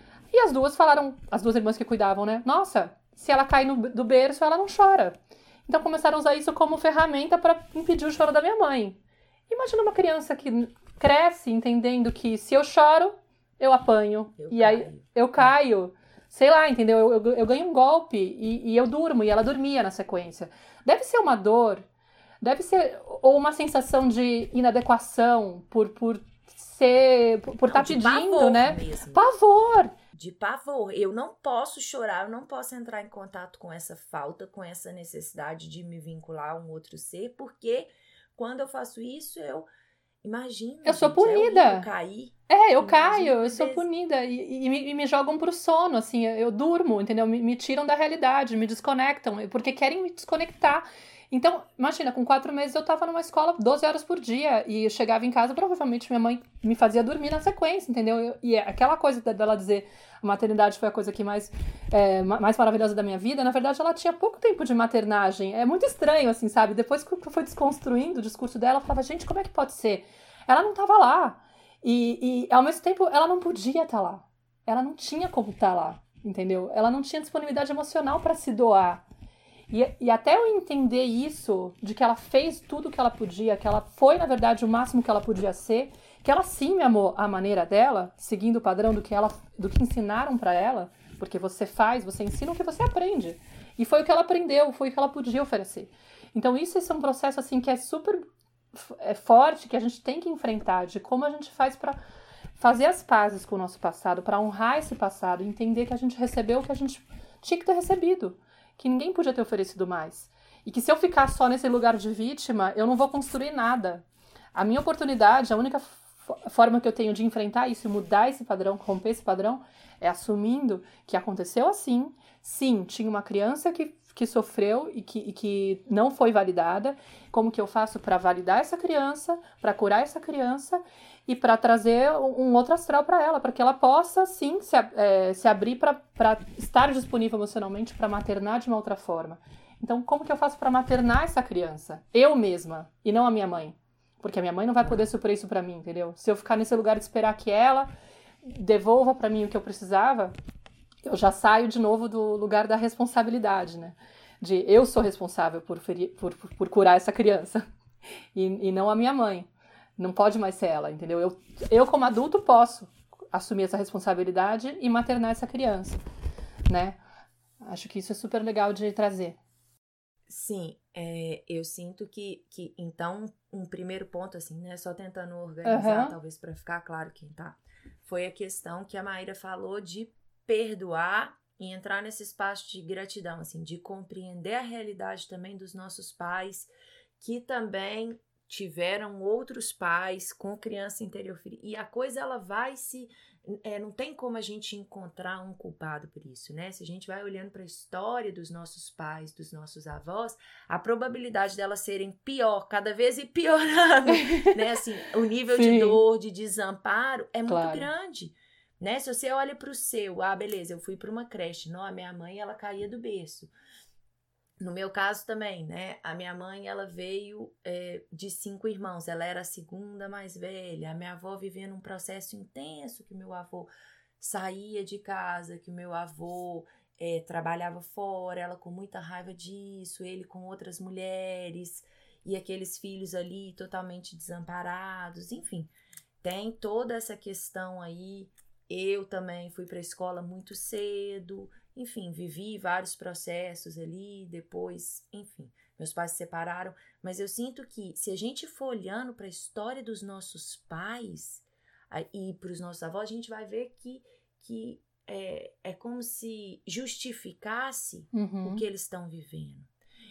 A: E as duas falaram, as duas irmãs que cuidavam, né? Nossa, se ela cai no, do berço, ela não chora. Então começaram a usar isso como ferramenta para impedir o choro da minha mãe. Imagina uma criança que cresce entendendo que se eu choro, eu apanho. Eu e caio. aí eu caio. Sei lá, entendeu? Eu, eu, eu ganho um golpe e, e eu durmo. E ela dormia na sequência. Deve ser uma dor. Deve ser... Ou uma sensação de inadequação por, por ser... Por estar tá pedindo,
B: pavor
A: né?
B: Mesmo.
A: Pavor!
B: De pavor. Eu não posso chorar, eu não posso entrar em contato com essa falta, com essa necessidade de me vincular a um outro ser, porque quando eu faço isso, eu imagino.
A: Eu sou
B: gente,
A: punida.
B: É eu cair.
A: É, eu caio, eu sou punida. E, e, me, e me jogam pro sono, assim, eu, eu durmo, entendeu? Me, me tiram da realidade, me desconectam, porque querem me desconectar. Então, imagina, com quatro meses eu tava numa escola doze horas por dia e eu chegava em casa, provavelmente minha mãe me fazia dormir na sequência, entendeu? Eu, e aquela coisa dela dizer a maternidade foi a coisa que mais, é, mais maravilhosa da minha vida, na verdade ela tinha pouco tempo de maternagem. É muito estranho, assim, sabe? Depois que eu fui desconstruindo o discurso dela, eu falava, gente, como é que pode ser? Ela não tava lá. E, e ao mesmo tempo, ela não podia estar lá. Ela não tinha como estar lá, entendeu? Ela não tinha disponibilidade emocional para se doar. E, e até eu entender isso, de que ela fez tudo o que ela podia, que ela foi, na verdade, o máximo que ela podia ser, que ela sim me amou à maneira dela, seguindo o padrão do que, ela, do que ensinaram para ela, porque você faz, você ensina o que você aprende. E foi o que ela aprendeu, foi o que ela podia oferecer. Então isso, isso é um processo assim, que é super é, forte, que a gente tem que enfrentar, de como a gente faz para fazer as pazes com o nosso passado, para honrar esse passado, entender que a gente recebeu o que a gente tinha que ter recebido, que ninguém podia ter oferecido mais. E que se eu ficar só nesse lugar de vítima, eu não vou construir nada. A minha oportunidade, a única f- forma que eu tenho de enfrentar isso, mudar esse padrão, romper esse padrão, é assumindo que aconteceu assim. Sim, tinha uma criança que, que sofreu e que, e que não foi validada. Como que eu faço para validar essa criança, para curar essa criança e para trazer um outro astral para ela, para que ela possa, sim, se, é, se abrir para estar disponível emocionalmente para maternar de uma outra forma. Então, como que eu faço para maternar essa criança? Eu mesma, e não a minha mãe. Porque a minha mãe não vai poder suprir isso para mim, entendeu? Se eu ficar nesse lugar de esperar que ela devolva para mim o que eu precisava, eu já saio de novo do lugar da responsabilidade, né? De eu sou responsável por, ferir, por, por, por curar essa criança, e, e não a minha mãe. Não pode mais ser ela, entendeu? Eu, eu, como adulto, posso assumir essa responsabilidade e maternar essa criança, né? Acho que isso é super legal de trazer.
B: Sim, é, eu sinto que, que, então, um primeiro ponto, assim, né, só tentando organizar, uhum. talvez para ficar claro quem tá, foi a questão que a Maíra falou de perdoar e entrar nesse espaço de gratidão, assim, de compreender a realidade também dos nossos pais, que também tiveram outros pais com criança interior ferida, e a coisa, ela vai se... É, não tem como a gente encontrar um culpado por isso, né? Se a gente vai olhando para a história dos nossos pais, dos nossos avós, a probabilidade delas serem pior, cada vez ir piorando, né? Assim, o nível Sim. de dor, de desamparo é muito
A: claro.
B: grande, né? Se você olha para o seu, ah, beleza, eu fui para uma creche, não, a minha mãe, ela caía do berço. No meu caso também, né? A minha mãe, ela veio é, de cinco irmãos. Ela era a segunda mais velha. A minha avó vivia num processo intenso, que meu avô saía de casa, que o meu avô é, trabalhava fora, ela com muita raiva disso, ele com outras mulheres, e aqueles filhos ali totalmente desamparados. Enfim, tem toda essa questão aí. Eu também fui para a escola muito cedo. Enfim, vivi vários processos ali, depois, enfim, meus pais se separaram. Mas eu sinto que, se a gente for olhando para a história dos nossos pais e para os nossos avós, a gente vai ver que, que é, é como se justificasse
A: uhum.
B: o que eles estão vivendo.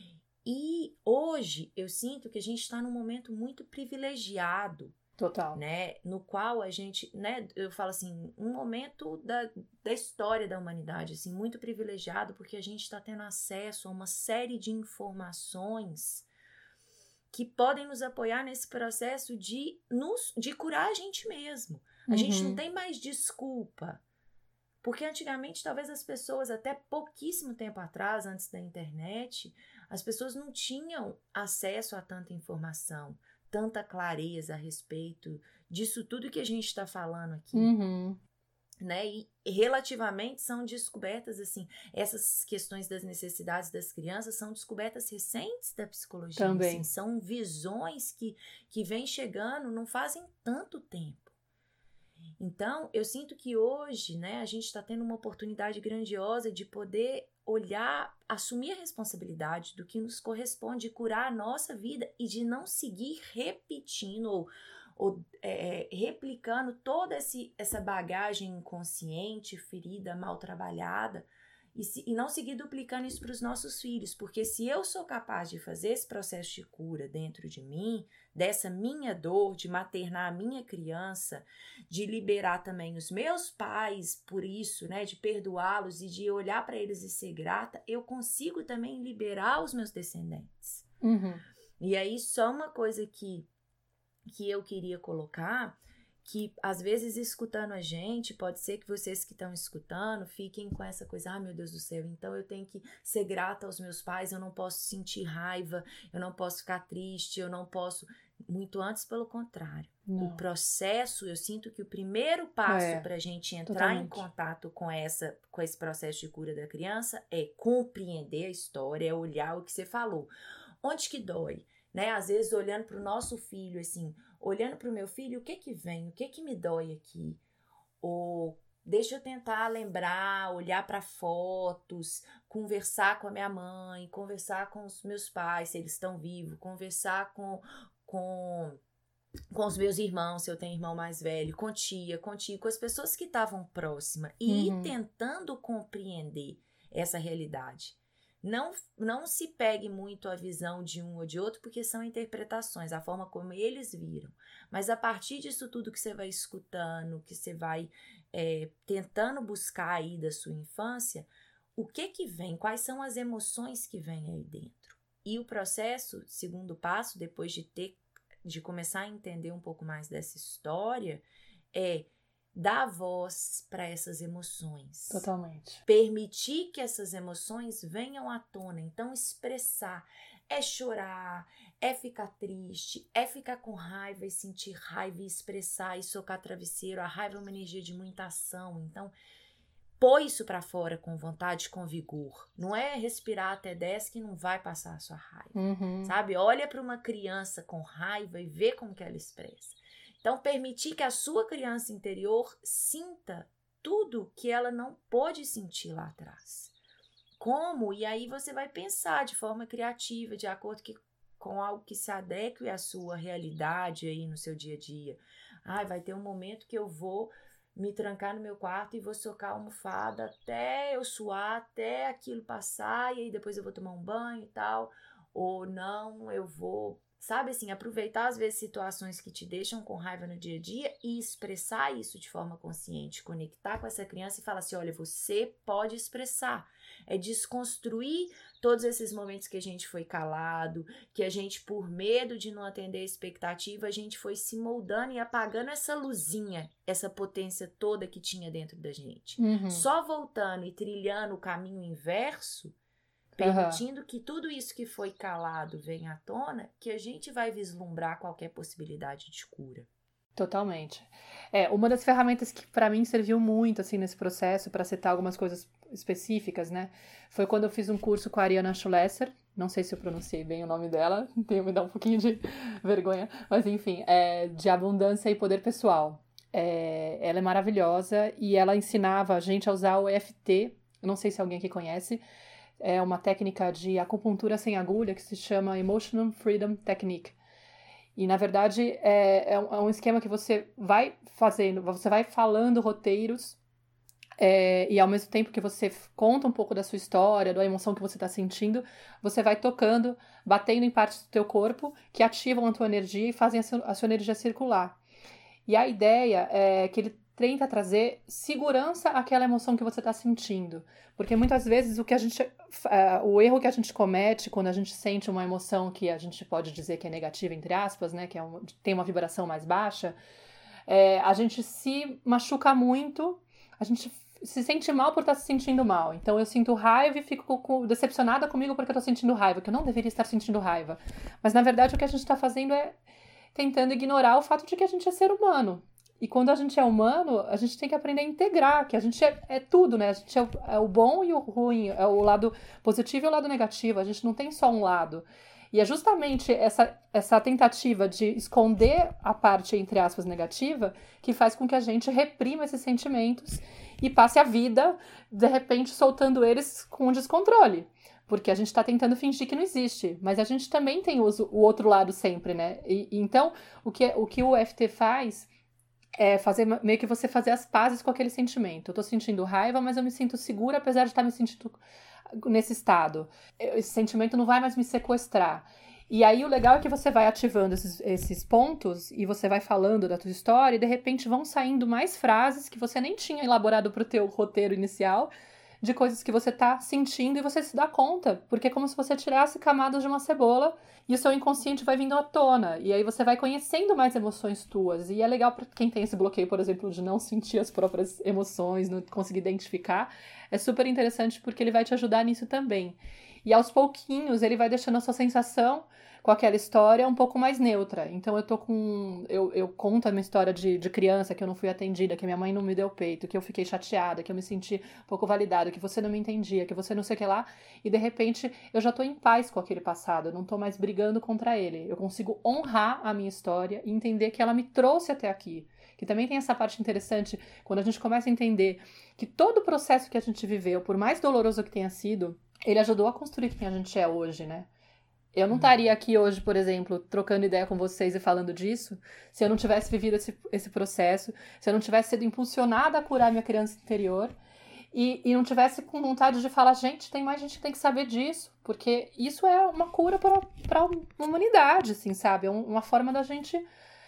B: E hoje, eu sinto que a gente está num momento muito privilegiado.
A: Total.
B: Né, no qual a gente, né, eu falo assim, um momento da, da história da humanidade, assim, muito privilegiado, porque a gente está tendo acesso a uma série de informações que podem nos apoiar nesse processo de, nos, de curar a gente mesmo. A
A: uhum.
B: gente não tem mais desculpa, porque antigamente, talvez as pessoas, até pouquíssimo tempo atrás, antes da internet, as pessoas não tinham acesso a tanta informação, tanta clareza a respeito disso tudo que a gente está falando aqui,
A: uhum.
B: né? E relativamente são descobertas, assim, essas questões das necessidades das crianças são descobertas recentes da psicologia.
A: Também.
B: Assim, são visões que, que vêm chegando não fazem tanto tempo. Então, eu sinto que hoje, né, a gente está tendo uma oportunidade grandiosa de poder olhar, assumir a responsabilidade do que nos corresponde, curar a nossa vida e de não seguir repetindo ou, ou é, replicando toda esse, essa bagagem inconsciente, ferida, mal trabalhada, e, se, e não seguir duplicando isso para os nossos filhos, porque se eu sou capaz de fazer esse processo de cura dentro de mim, dessa minha dor, de maternar a minha criança, de liberar também os meus pais por isso, né, de perdoá-los e de olhar para eles e ser grata, eu consigo também liberar os meus descendentes.
A: Uhum.
B: E aí só uma coisa que, que eu queria colocar, que às vezes escutando a gente, pode ser que vocês que estão escutando fiquem com essa coisa, ah, meu Deus do céu, então eu tenho que ser grata aos meus pais, eu não posso sentir raiva, eu não posso ficar triste, eu não posso... Muito antes, pelo contrário.
A: Não.
B: O processo, eu sinto que o primeiro passo é, para a gente entrar
A: totalmente.
B: em contato com, essa, com esse processo de cura da criança é compreender a história, é olhar o que você falou. Onde que dói? Né? Às vezes, olhando para o nosso filho, assim, olhando para o meu filho, o que que vem? O que que me dói aqui? Ou deixa eu tentar lembrar, olhar para fotos, conversar com a minha mãe, conversar com os meus pais, se eles estão vivos, conversar com, com, com os meus irmãos, se eu tenho irmão mais velho, com tia, com tio, com as pessoas que estavam próximas, e
A: uhum.
B: ir tentando compreender essa realidade. Não, não se pegue muito a visão de um ou de outro, porque são interpretações, a forma como eles viram. Mas a partir disso tudo que você vai escutando, que você vai é, tentando buscar aí da sua infância, o que que vem? Quais são as emoções que vêm aí dentro? E o processo, segundo passo, depois de ter, de começar a entender um pouco mais dessa história, é dar voz para essas emoções.
A: Totalmente.
B: Permitir que essas emoções venham à tona. Então, expressar. É chorar, é ficar triste, é ficar com raiva e sentir raiva e expressar e socar travesseiro. A raiva é uma energia de muita ação. Então, põe isso para fora com vontade, com vigor. Não é respirar até dez que não vai passar a sua raiva.
A: Uhum.
B: Sabe? Olha para uma criança com raiva e vê como que ela expressa. Então, permitir que a sua criança interior sinta tudo que ela não pôde sentir lá atrás. como, e aí você vai pensar de forma criativa, de acordo que, com algo que se adeque à sua realidade aí no seu dia a dia. Ah, vai ter um momento que eu vou me trancar no meu quarto e vou socar a almofada até eu suar, até aquilo passar, e aí depois eu vou tomar um banho e tal. Ou não, eu vou, sabe assim, aproveitar às vezes situações que te deixam com raiva no dia a dia e expressar isso de forma consciente, conectar com essa criança e falar assim, olha, você pode expressar. É desconstruir todos esses momentos que a gente foi calado, que a gente, por medo de não atender a expectativa, a gente foi se moldando e apagando essa luzinha, essa potência toda que tinha dentro da gente.
A: Uhum.
B: Só voltando e trilhando o caminho inverso, permitindo uhum. que tudo isso que foi calado venha à tona, que a gente vai vislumbrar qualquer possibilidade de cura.
A: Totalmente. É, uma das ferramentas que para mim serviu muito assim nesse processo, para citar algumas coisas específicas, né, foi quando eu fiz um curso com a Ariana Schulesser, não sei se eu pronunciei bem o nome dela, tenho me dar um pouquinho de vergonha, mas enfim, é, de abundância e poder pessoal. É, ela é maravilhosa e ela ensinava a gente a usar o E F T, não sei se alguém aqui conhece, é uma técnica de acupuntura sem agulha que se chama Emotional Freedom Technique. E, na verdade, é, é um esquema que você vai fazendo, você vai falando roteiros é, e, ao mesmo tempo que você conta um pouco da sua história, da emoção que você está sentindo, você vai tocando, batendo em partes do teu corpo que ativam a tua energia e fazem a sua, a sua energia circular. E a ideia é que ele tenta trazer segurança àquela emoção que você está sentindo. Porque muitas vezes o, que a gente, uh, o erro que a gente comete quando a gente sente uma emoção que a gente pode dizer que é negativa, entre aspas, né, que é um, tem uma vibração mais baixa, é, a gente se machuca muito, a gente se sente mal por estar se sentindo mal. Então eu sinto raiva e fico com, decepcionada comigo porque eu estou sentindo raiva, que eu não deveria estar sentindo raiva. Mas na verdade o que a gente está fazendo é tentando ignorar o fato de que a gente é ser humano. E quando a gente é humano, a gente tem que aprender a integrar, que a gente é, é tudo, né? A gente é o, é o bom e o ruim, é o lado positivo e o lado negativo, a gente não tem só um lado. E é justamente essa, essa tentativa de esconder a parte, entre aspas, negativa, que faz com que a gente reprima esses sentimentos e passe a vida, de repente, soltando eles com descontrole. Porque a gente está tentando fingir que não existe, mas a gente também tem o, o outro lado sempre, né? E, então, o que o, que o E F T faz é fazer, meio que você fazer as pazes com aquele sentimento. Eu tô sentindo raiva, mas eu me sinto segura, apesar de estar me sentindo nesse estado. Esse sentimento não vai mais me sequestrar. E aí o legal é que você vai ativando esses, esses pontos e você vai falando da tua história e de repente vão saindo mais frases que você nem tinha elaborado pro teu roteiro inicial, de coisas que você tá sentindo e você se dá conta, porque é como se você tirasse camadas de uma cebola e o seu inconsciente vai vindo à tona, e aí você vai conhecendo mais emoções tuas, e é legal para quem tem esse bloqueio, por exemplo, de não sentir as próprias emoções, não conseguir identificar, é super interessante porque ele vai te ajudar nisso também. E aos pouquinhos ele vai deixando a sua sensação com aquela história um pouco mais neutra. Então eu tô com... Eu, eu conto a minha história de, de criança, que eu não fui atendida, que minha mãe não me deu peito, que eu fiquei chateada, que eu me senti um pouco validada, que você não me entendia, que você não sei o que lá. E de repente eu já tô em paz com aquele passado, eu não tô mais brigando contra ele. Eu consigo honrar a minha história e entender que ela me trouxe até aqui. Que também tem essa parte interessante, quando a gente começa a entender que todo o processo que a gente viveu, por mais doloroso que tenha sido, ele ajudou a construir quem a gente é hoje, né? Eu não estaria aqui hoje, por exemplo, trocando ideia com vocês e falando disso, se eu não tivesse vivido esse, esse processo, se eu não tivesse sido impulsionada a curar minha criança interior e, e não tivesse com vontade de falar, gente, tem mais gente que tem que saber disso, porque isso é uma cura para a humanidade, assim, sabe? É uma forma da gente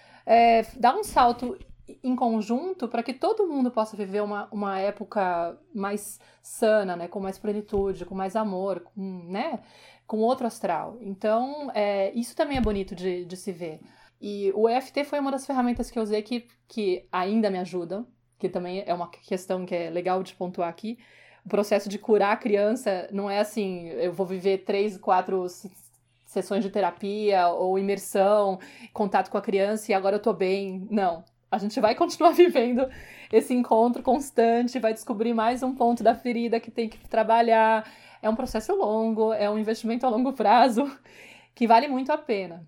A: é, dar um salto em conjunto para que todo mundo possa viver uma, uma época mais sana, né? Com mais plenitude, com mais amor, com, né? com outro astral. Então, é, isso também é bonito de, de se ver. E o E F T foi uma das ferramentas que eu usei que, que ainda me ajudam, que também é uma questão que é legal de pontuar aqui. O processo de curar a criança não é assim, eu vou viver três, quatro sessões de terapia ou imersão, contato com a criança e agora eu tô bem. Não. A gente vai continuar vivendo esse encontro constante, vai descobrir mais um ponto da ferida que tem que trabalhar. É um processo longo, é um investimento a longo prazo, que vale muito a pena.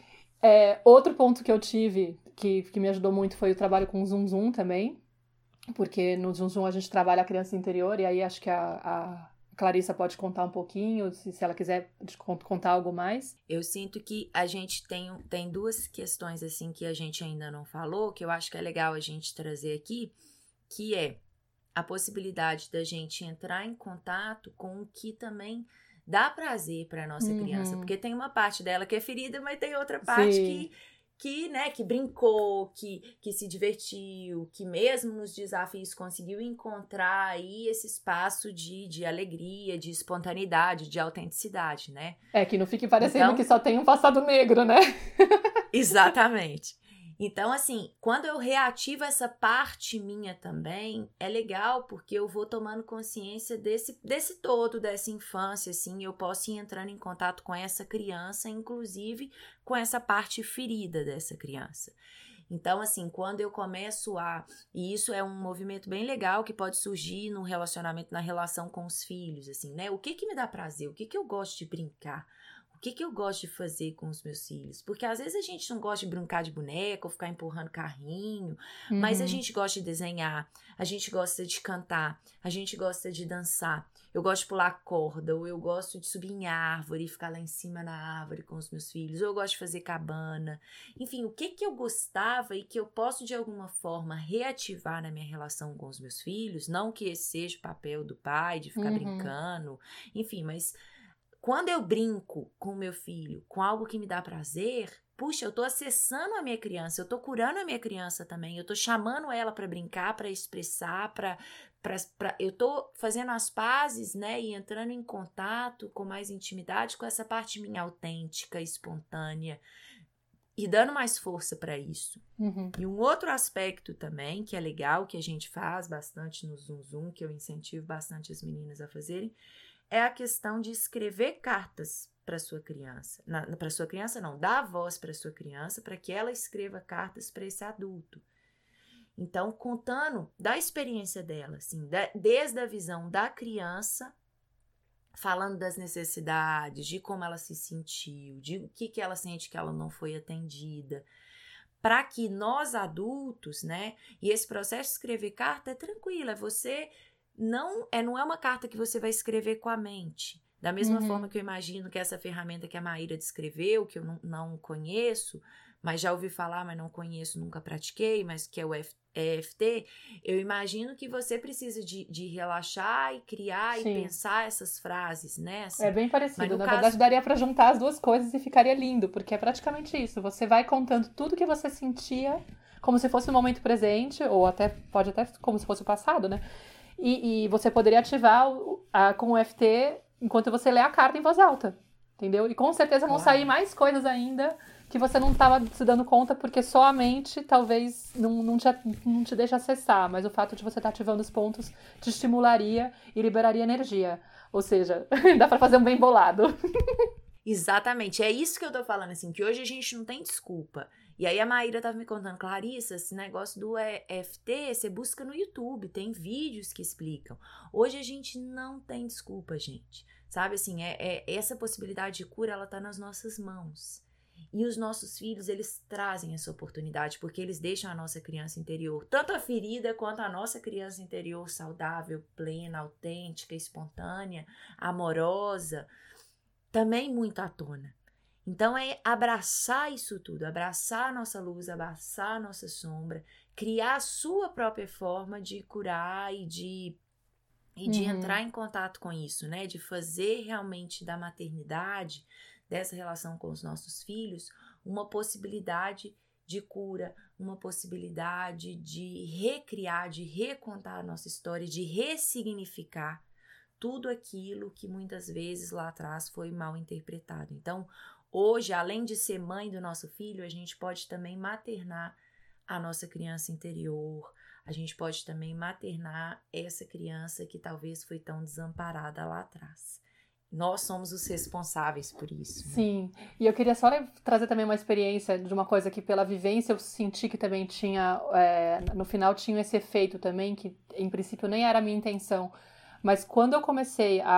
A: É, outro ponto que eu tive, que, que me ajudou muito, foi o trabalho com o Zum Zum também, porque no Zum Zum a gente trabalha a criança interior, e aí acho que a, a, a Clarissa pode contar um pouquinho, se, se ela quiser contar algo mais.
B: Eu sinto que a gente tem, tem duas questões assim que a gente ainda não falou, que eu acho que é legal a gente trazer aqui, que é a possibilidade da gente entrar em contato com o que também dá prazer para nossa uhum. criança, porque tem uma parte dela que é ferida, mas tem outra parte Sim. que que, né, que brincou, que, que se divertiu, que mesmo nos desafios conseguiu encontrar aí esse espaço de, de alegria, de espontaneidade, de autenticidade, né?
A: É, que não fique parecendo
B: então,
A: que só tem um passado negro, né?
B: Exatamente. Então, assim, quando eu reativo essa parte minha também, é legal porque eu vou tomando consciência desse, desse todo, dessa infância, assim, eu posso ir entrando em contato com essa criança, inclusive com essa parte ferida dessa criança. Então, assim, quando eu começo a... E isso é um movimento bem legal que pode surgir no relacionamento, na relação com os filhos, assim, né? O que que me dá prazer? O que que eu gosto de brincar? O que que eu gosto de fazer com os meus filhos? Porque às vezes a gente não gosta de brincar de boneca ou ficar empurrando carrinho, uhum. mas a gente gosta de desenhar, a gente gosta de cantar, a gente gosta de dançar. Eu gosto de pular corda, ou eu gosto de subir em árvore e ficar lá em cima na árvore com os meus filhos, ou eu gosto de fazer cabana. Enfim, o que que eu gostava e que eu posso de alguma forma reativar na minha relação com os meus filhos, não que esse seja o papel do pai, de ficar uhum. brincando, enfim, mas... Quando eu brinco com o meu filho, com algo que me dá prazer, puxa, eu tô acessando a minha criança, eu tô curando a minha criança também, eu tô chamando ela para brincar, para expressar, para eu tô fazendo as pazes, né, e entrando em contato com mais intimidade com essa parte minha autêntica, espontânea, e dando mais força para isso.
A: Uhum.
B: E um outro aspecto também, que é legal, que a gente faz bastante no Zoom Zoom, que eu incentivo bastante as meninas a fazerem, é a questão de escrever cartas para sua criança. Para sua criança, não, dar voz para sua criança, para que ela escreva cartas para esse adulto. Então, contando da experiência dela, assim, da, desde a visão da criança, falando das necessidades, de como ela se sentiu, de o que, que ela sente que ela não foi atendida, para que nós adultos, né, e esse processo de escrever carta é tranquilo, é você... Não é, não é uma carta que você vai escrever com a mente. Da mesma uhum. forma que eu imagino que essa ferramenta que a Maíra descreveu, que eu não, não conheço, mas já ouvi falar, mas não conheço, nunca pratiquei, mas que é o E F T, eu imagino que você precisa de, de relaxar e criar Sim. e pensar essas frases, né? Assim,
A: é bem parecido. Na
B: caso...
A: verdade, daria para juntar as duas coisas e ficaria lindo, porque é praticamente isso. Você vai contando tudo que você sentia como se fosse no momento presente, ou até pode até como se fosse o passado, né? E, e você poderia ativar o, a, com o E F T enquanto você lê a carta em voz alta, entendeu? E com certeza vão sair mais coisas ainda que você não estava se dando conta, porque só a mente talvez não, não, te, não te deixe acessar, mas o fato de você estar ativando os pontos te estimularia e liberaria energia. Ou seja, dá para fazer um bem bolado.
B: Exatamente, é isso que eu tô falando, assim, que hoje a gente não tem desculpa. E aí a Maíra tava me contando, Clarissa, esse negócio do E F T, você busca no YouTube, tem vídeos que explicam. Hoje a gente não tem desculpa, gente. Sabe, assim, é, é, essa possibilidade de cura, ela tá nas nossas mãos. E os nossos filhos, eles trazem essa oportunidade, porque eles deixam a nossa criança interior, tanto a ferida quanto a nossa criança interior saudável, plena, autêntica, espontânea, amorosa, também muito à tona. Então é abraçar isso tudo, abraçar a nossa luz, abraçar a nossa sombra, criar a sua própria forma de curar e de, e de uhum. entrar em contato com isso, né? De fazer realmente da maternidade, dessa relação com os nossos filhos, uma possibilidade de cura, uma possibilidade de recriar, de recontar a nossa história, de ressignificar tudo aquilo que muitas vezes lá atrás foi mal interpretado. Então, hoje, além de ser mãe do nosso filho, a gente pode também maternar a nossa criança interior, a gente pode também maternar essa criança que talvez foi tão desamparada lá atrás. Nós somos os responsáveis por isso. Né?
A: Sim, e eu queria só trazer também uma experiência de uma coisa que pela vivência eu senti que também tinha, é, no final tinha esse efeito também, que em princípio nem era a minha intenção. Mas quando eu comecei a,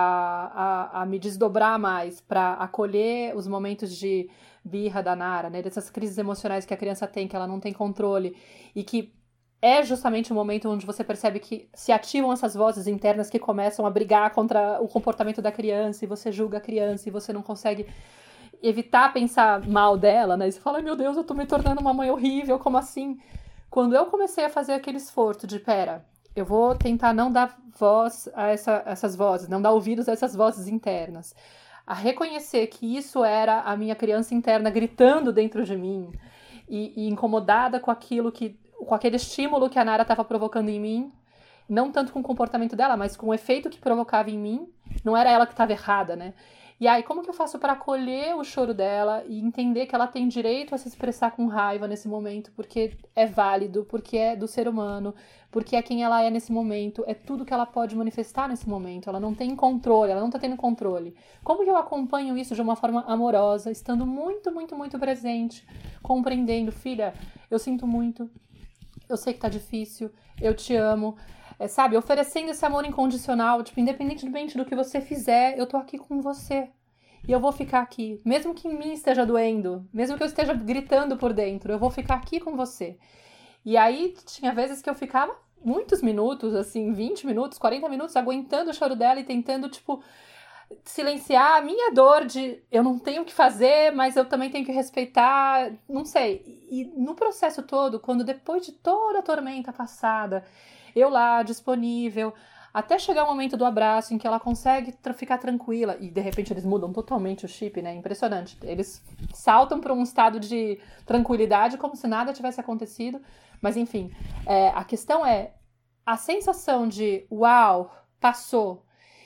A: a, a me desdobrar mais para acolher os momentos de birra da Nara, né, dessas crises emocionais que a criança tem, que ela não tem controle, e que é justamente o momento onde você percebe que se ativam essas vozes internas que começam a brigar contra o comportamento da criança, e você julga a criança, e você não consegue evitar pensar mal dela, né? E você fala, ai meu Deus, eu tô me tornando uma mãe horrível, como assim? Quando eu comecei a fazer aquele esforço de, pera, eu vou tentar não dar voz a essa, essas vozes, não dar ouvidos a essas vozes internas, a reconhecer que isso era a minha criança interna gritando dentro de mim, e, e incomodada com aquilo que, com aquele estímulo que a Nara estava provocando em mim, não tanto com o comportamento dela, mas com o efeito que provocava em mim, não era ela que estava errada, né? E aí, como que eu faço para acolher o choro dela e entender que ela tem direito a se expressar com raiva nesse momento, porque é válido, porque é do ser humano, porque é quem ela é nesse momento, é tudo que ela pode manifestar nesse momento, ela não tem controle, ela não tá tendo controle. Como que eu acompanho isso de uma forma amorosa, estando muito, muito, muito presente, compreendendo, filha, eu sinto muito, eu sei que tá difícil, eu te amo, é, sabe, oferecendo esse amor incondicional, tipo, independentemente do que você fizer, eu tô aqui com você. E eu vou ficar aqui, mesmo que em mim esteja doendo, mesmo que eu esteja gritando por dentro, eu vou ficar aqui com você. E aí, tinha vezes que eu ficava muitos minutos, assim, vinte minutos, quarenta minutos, aguentando o choro dela e tentando, tipo, silenciar a minha dor de eu não tenho o que fazer, mas eu também tenho que respeitar, não sei. E no processo todo, quando depois de toda a tormenta passada, eu lá, disponível, até chegar o momento do abraço em que ela consegue tra- ficar tranquila, e de repente eles mudam totalmente o chip, né? Impressionante. Eles saltam para um estado de tranquilidade como se nada tivesse acontecido. Mas enfim, é, a questão é a sensação de uau, passou,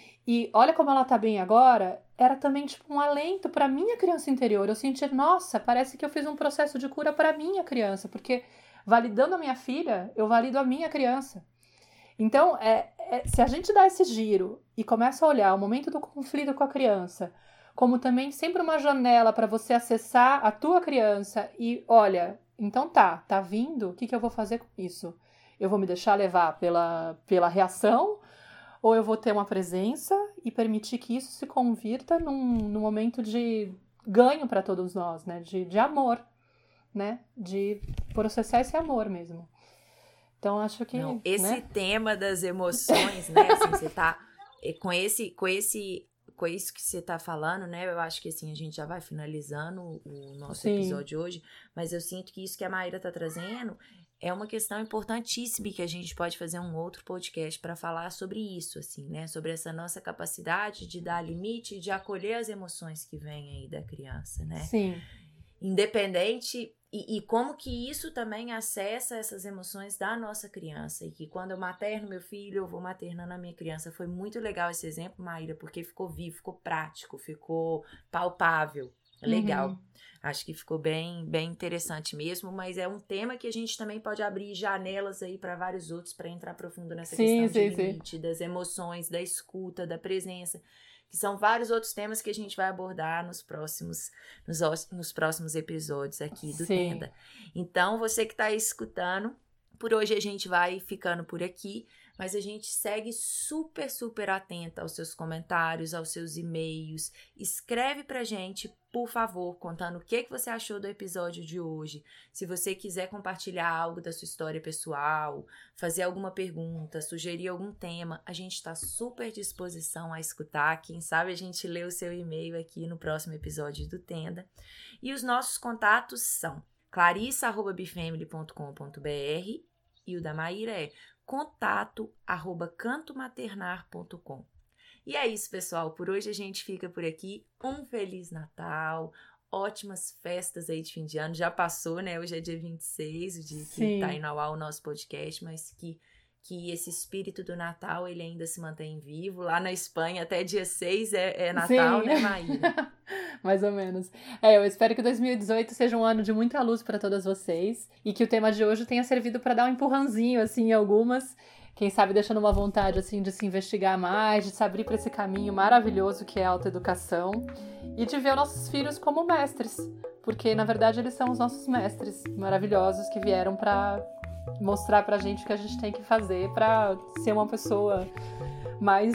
A: e olha como ela tá bem agora, era também tipo um alento para minha criança interior. Eu senti, nossa, parece que eu fiz um processo de cura para minha criança, porque validando a minha filha, eu valido a minha criança. Então, é, é, se a gente dá esse giro e começa a olhar o momento do conflito com a criança como também sempre uma janela para você acessar a tua criança e, olha, então tá, tá vindo, o que, que eu vou fazer com isso? Eu vou me deixar levar pela, pela reação ou eu vou ter uma presença e permitir que isso se convirta num, num momento de ganho para todos nós, né? De, de amor, né? De processar esse amor mesmo. Então, acho que...
B: Não, esse
A: né?
B: tema das emoções, né, assim, você tá com esse, com esse, com isso que você tá falando, né, eu acho que, assim, a gente já vai finalizando o nosso
A: Sim.
B: episódio hoje, mas eu sinto que isso que a Maíra tá trazendo é uma questão importantíssima e que a gente pode fazer um outro podcast para falar sobre isso, assim, né, sobre essa nossa capacidade de dar limite e de acolher as emoções que vêm aí da criança, né?
A: Sim.
B: Independente, e, e como que isso também acessa essas emoções da nossa criança, e que quando eu materno meu filho, eu vou maternando a minha criança. Foi muito legal esse exemplo, Maíra, porque ficou vivo, ficou prático, ficou palpável, legal.
A: Uhum.
B: Acho que ficou bem, bem interessante mesmo, mas é um tema que a gente também pode abrir janelas aí para vários outros, para entrar profundo nessa
A: Sim,
B: questão de
A: sim,
B: limite,
A: sim.
B: das emoções, da escuta, da presença, que são vários outros temas que a gente vai abordar nos próximos, nos, nos próximos episódios aqui do
A: Sim.
B: Tenda. Então, você que está aí escutando, por hoje a gente vai ficando por aqui, mas a gente segue super, super atenta aos seus comentários, aos seus e-mails. Escreve pra gente, por favor, contando o que, que você achou do episódio de hoje. Se você quiser compartilhar algo da sua história pessoal, fazer alguma pergunta, sugerir algum tema, a gente está super à disposição a escutar. Quem sabe a gente lê o seu e-mail aqui no próximo episódio do Tenda. E os nossos contatos são clarissa arroba bifamily ponto com ponto br e o da Maíra é contato arroba cantomaternar ponto com. E é isso, pessoal. Por hoje a gente fica por aqui. Um Feliz Natal, ótimas festas aí de fim de ano. Já passou, né? Hoje é dia vinte e seis, o dia
A: Sim.
B: que tá indo ao ar o nosso podcast, mas que, que esse espírito do Natal, ele ainda se mantém vivo. Lá na Espanha, até dia seis é, é Natal,
A: Sim.
B: né, Maíra?
A: Mais ou menos. É, eu espero que dois mil e dezoito seja um ano de muita luz para todas vocês e que o tema de hoje tenha servido para dar um empurrãozinho, assim, em algumas, quem sabe deixando uma vontade, assim, de se investigar mais, de se abrir para esse caminho maravilhoso que é a autoeducação e de ver os nossos filhos como mestres, porque, na verdade, eles são os nossos mestres maravilhosos que vieram para mostrar pra gente o que a gente tem que fazer para ser uma pessoa mais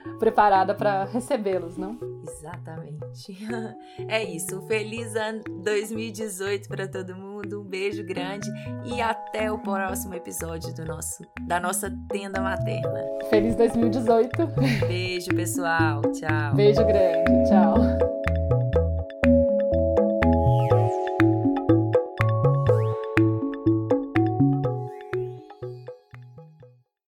A: preparada para recebê-los, não?
B: Exatamente. É isso. Feliz ano dois mil e dezoito para todo mundo. Um beijo grande e até o próximo episódio do nosso, da nossa tenda materna.
A: Feliz dois mil e dezoito.
B: Beijo, pessoal. Tchau.
A: Beijo grande. Tchau.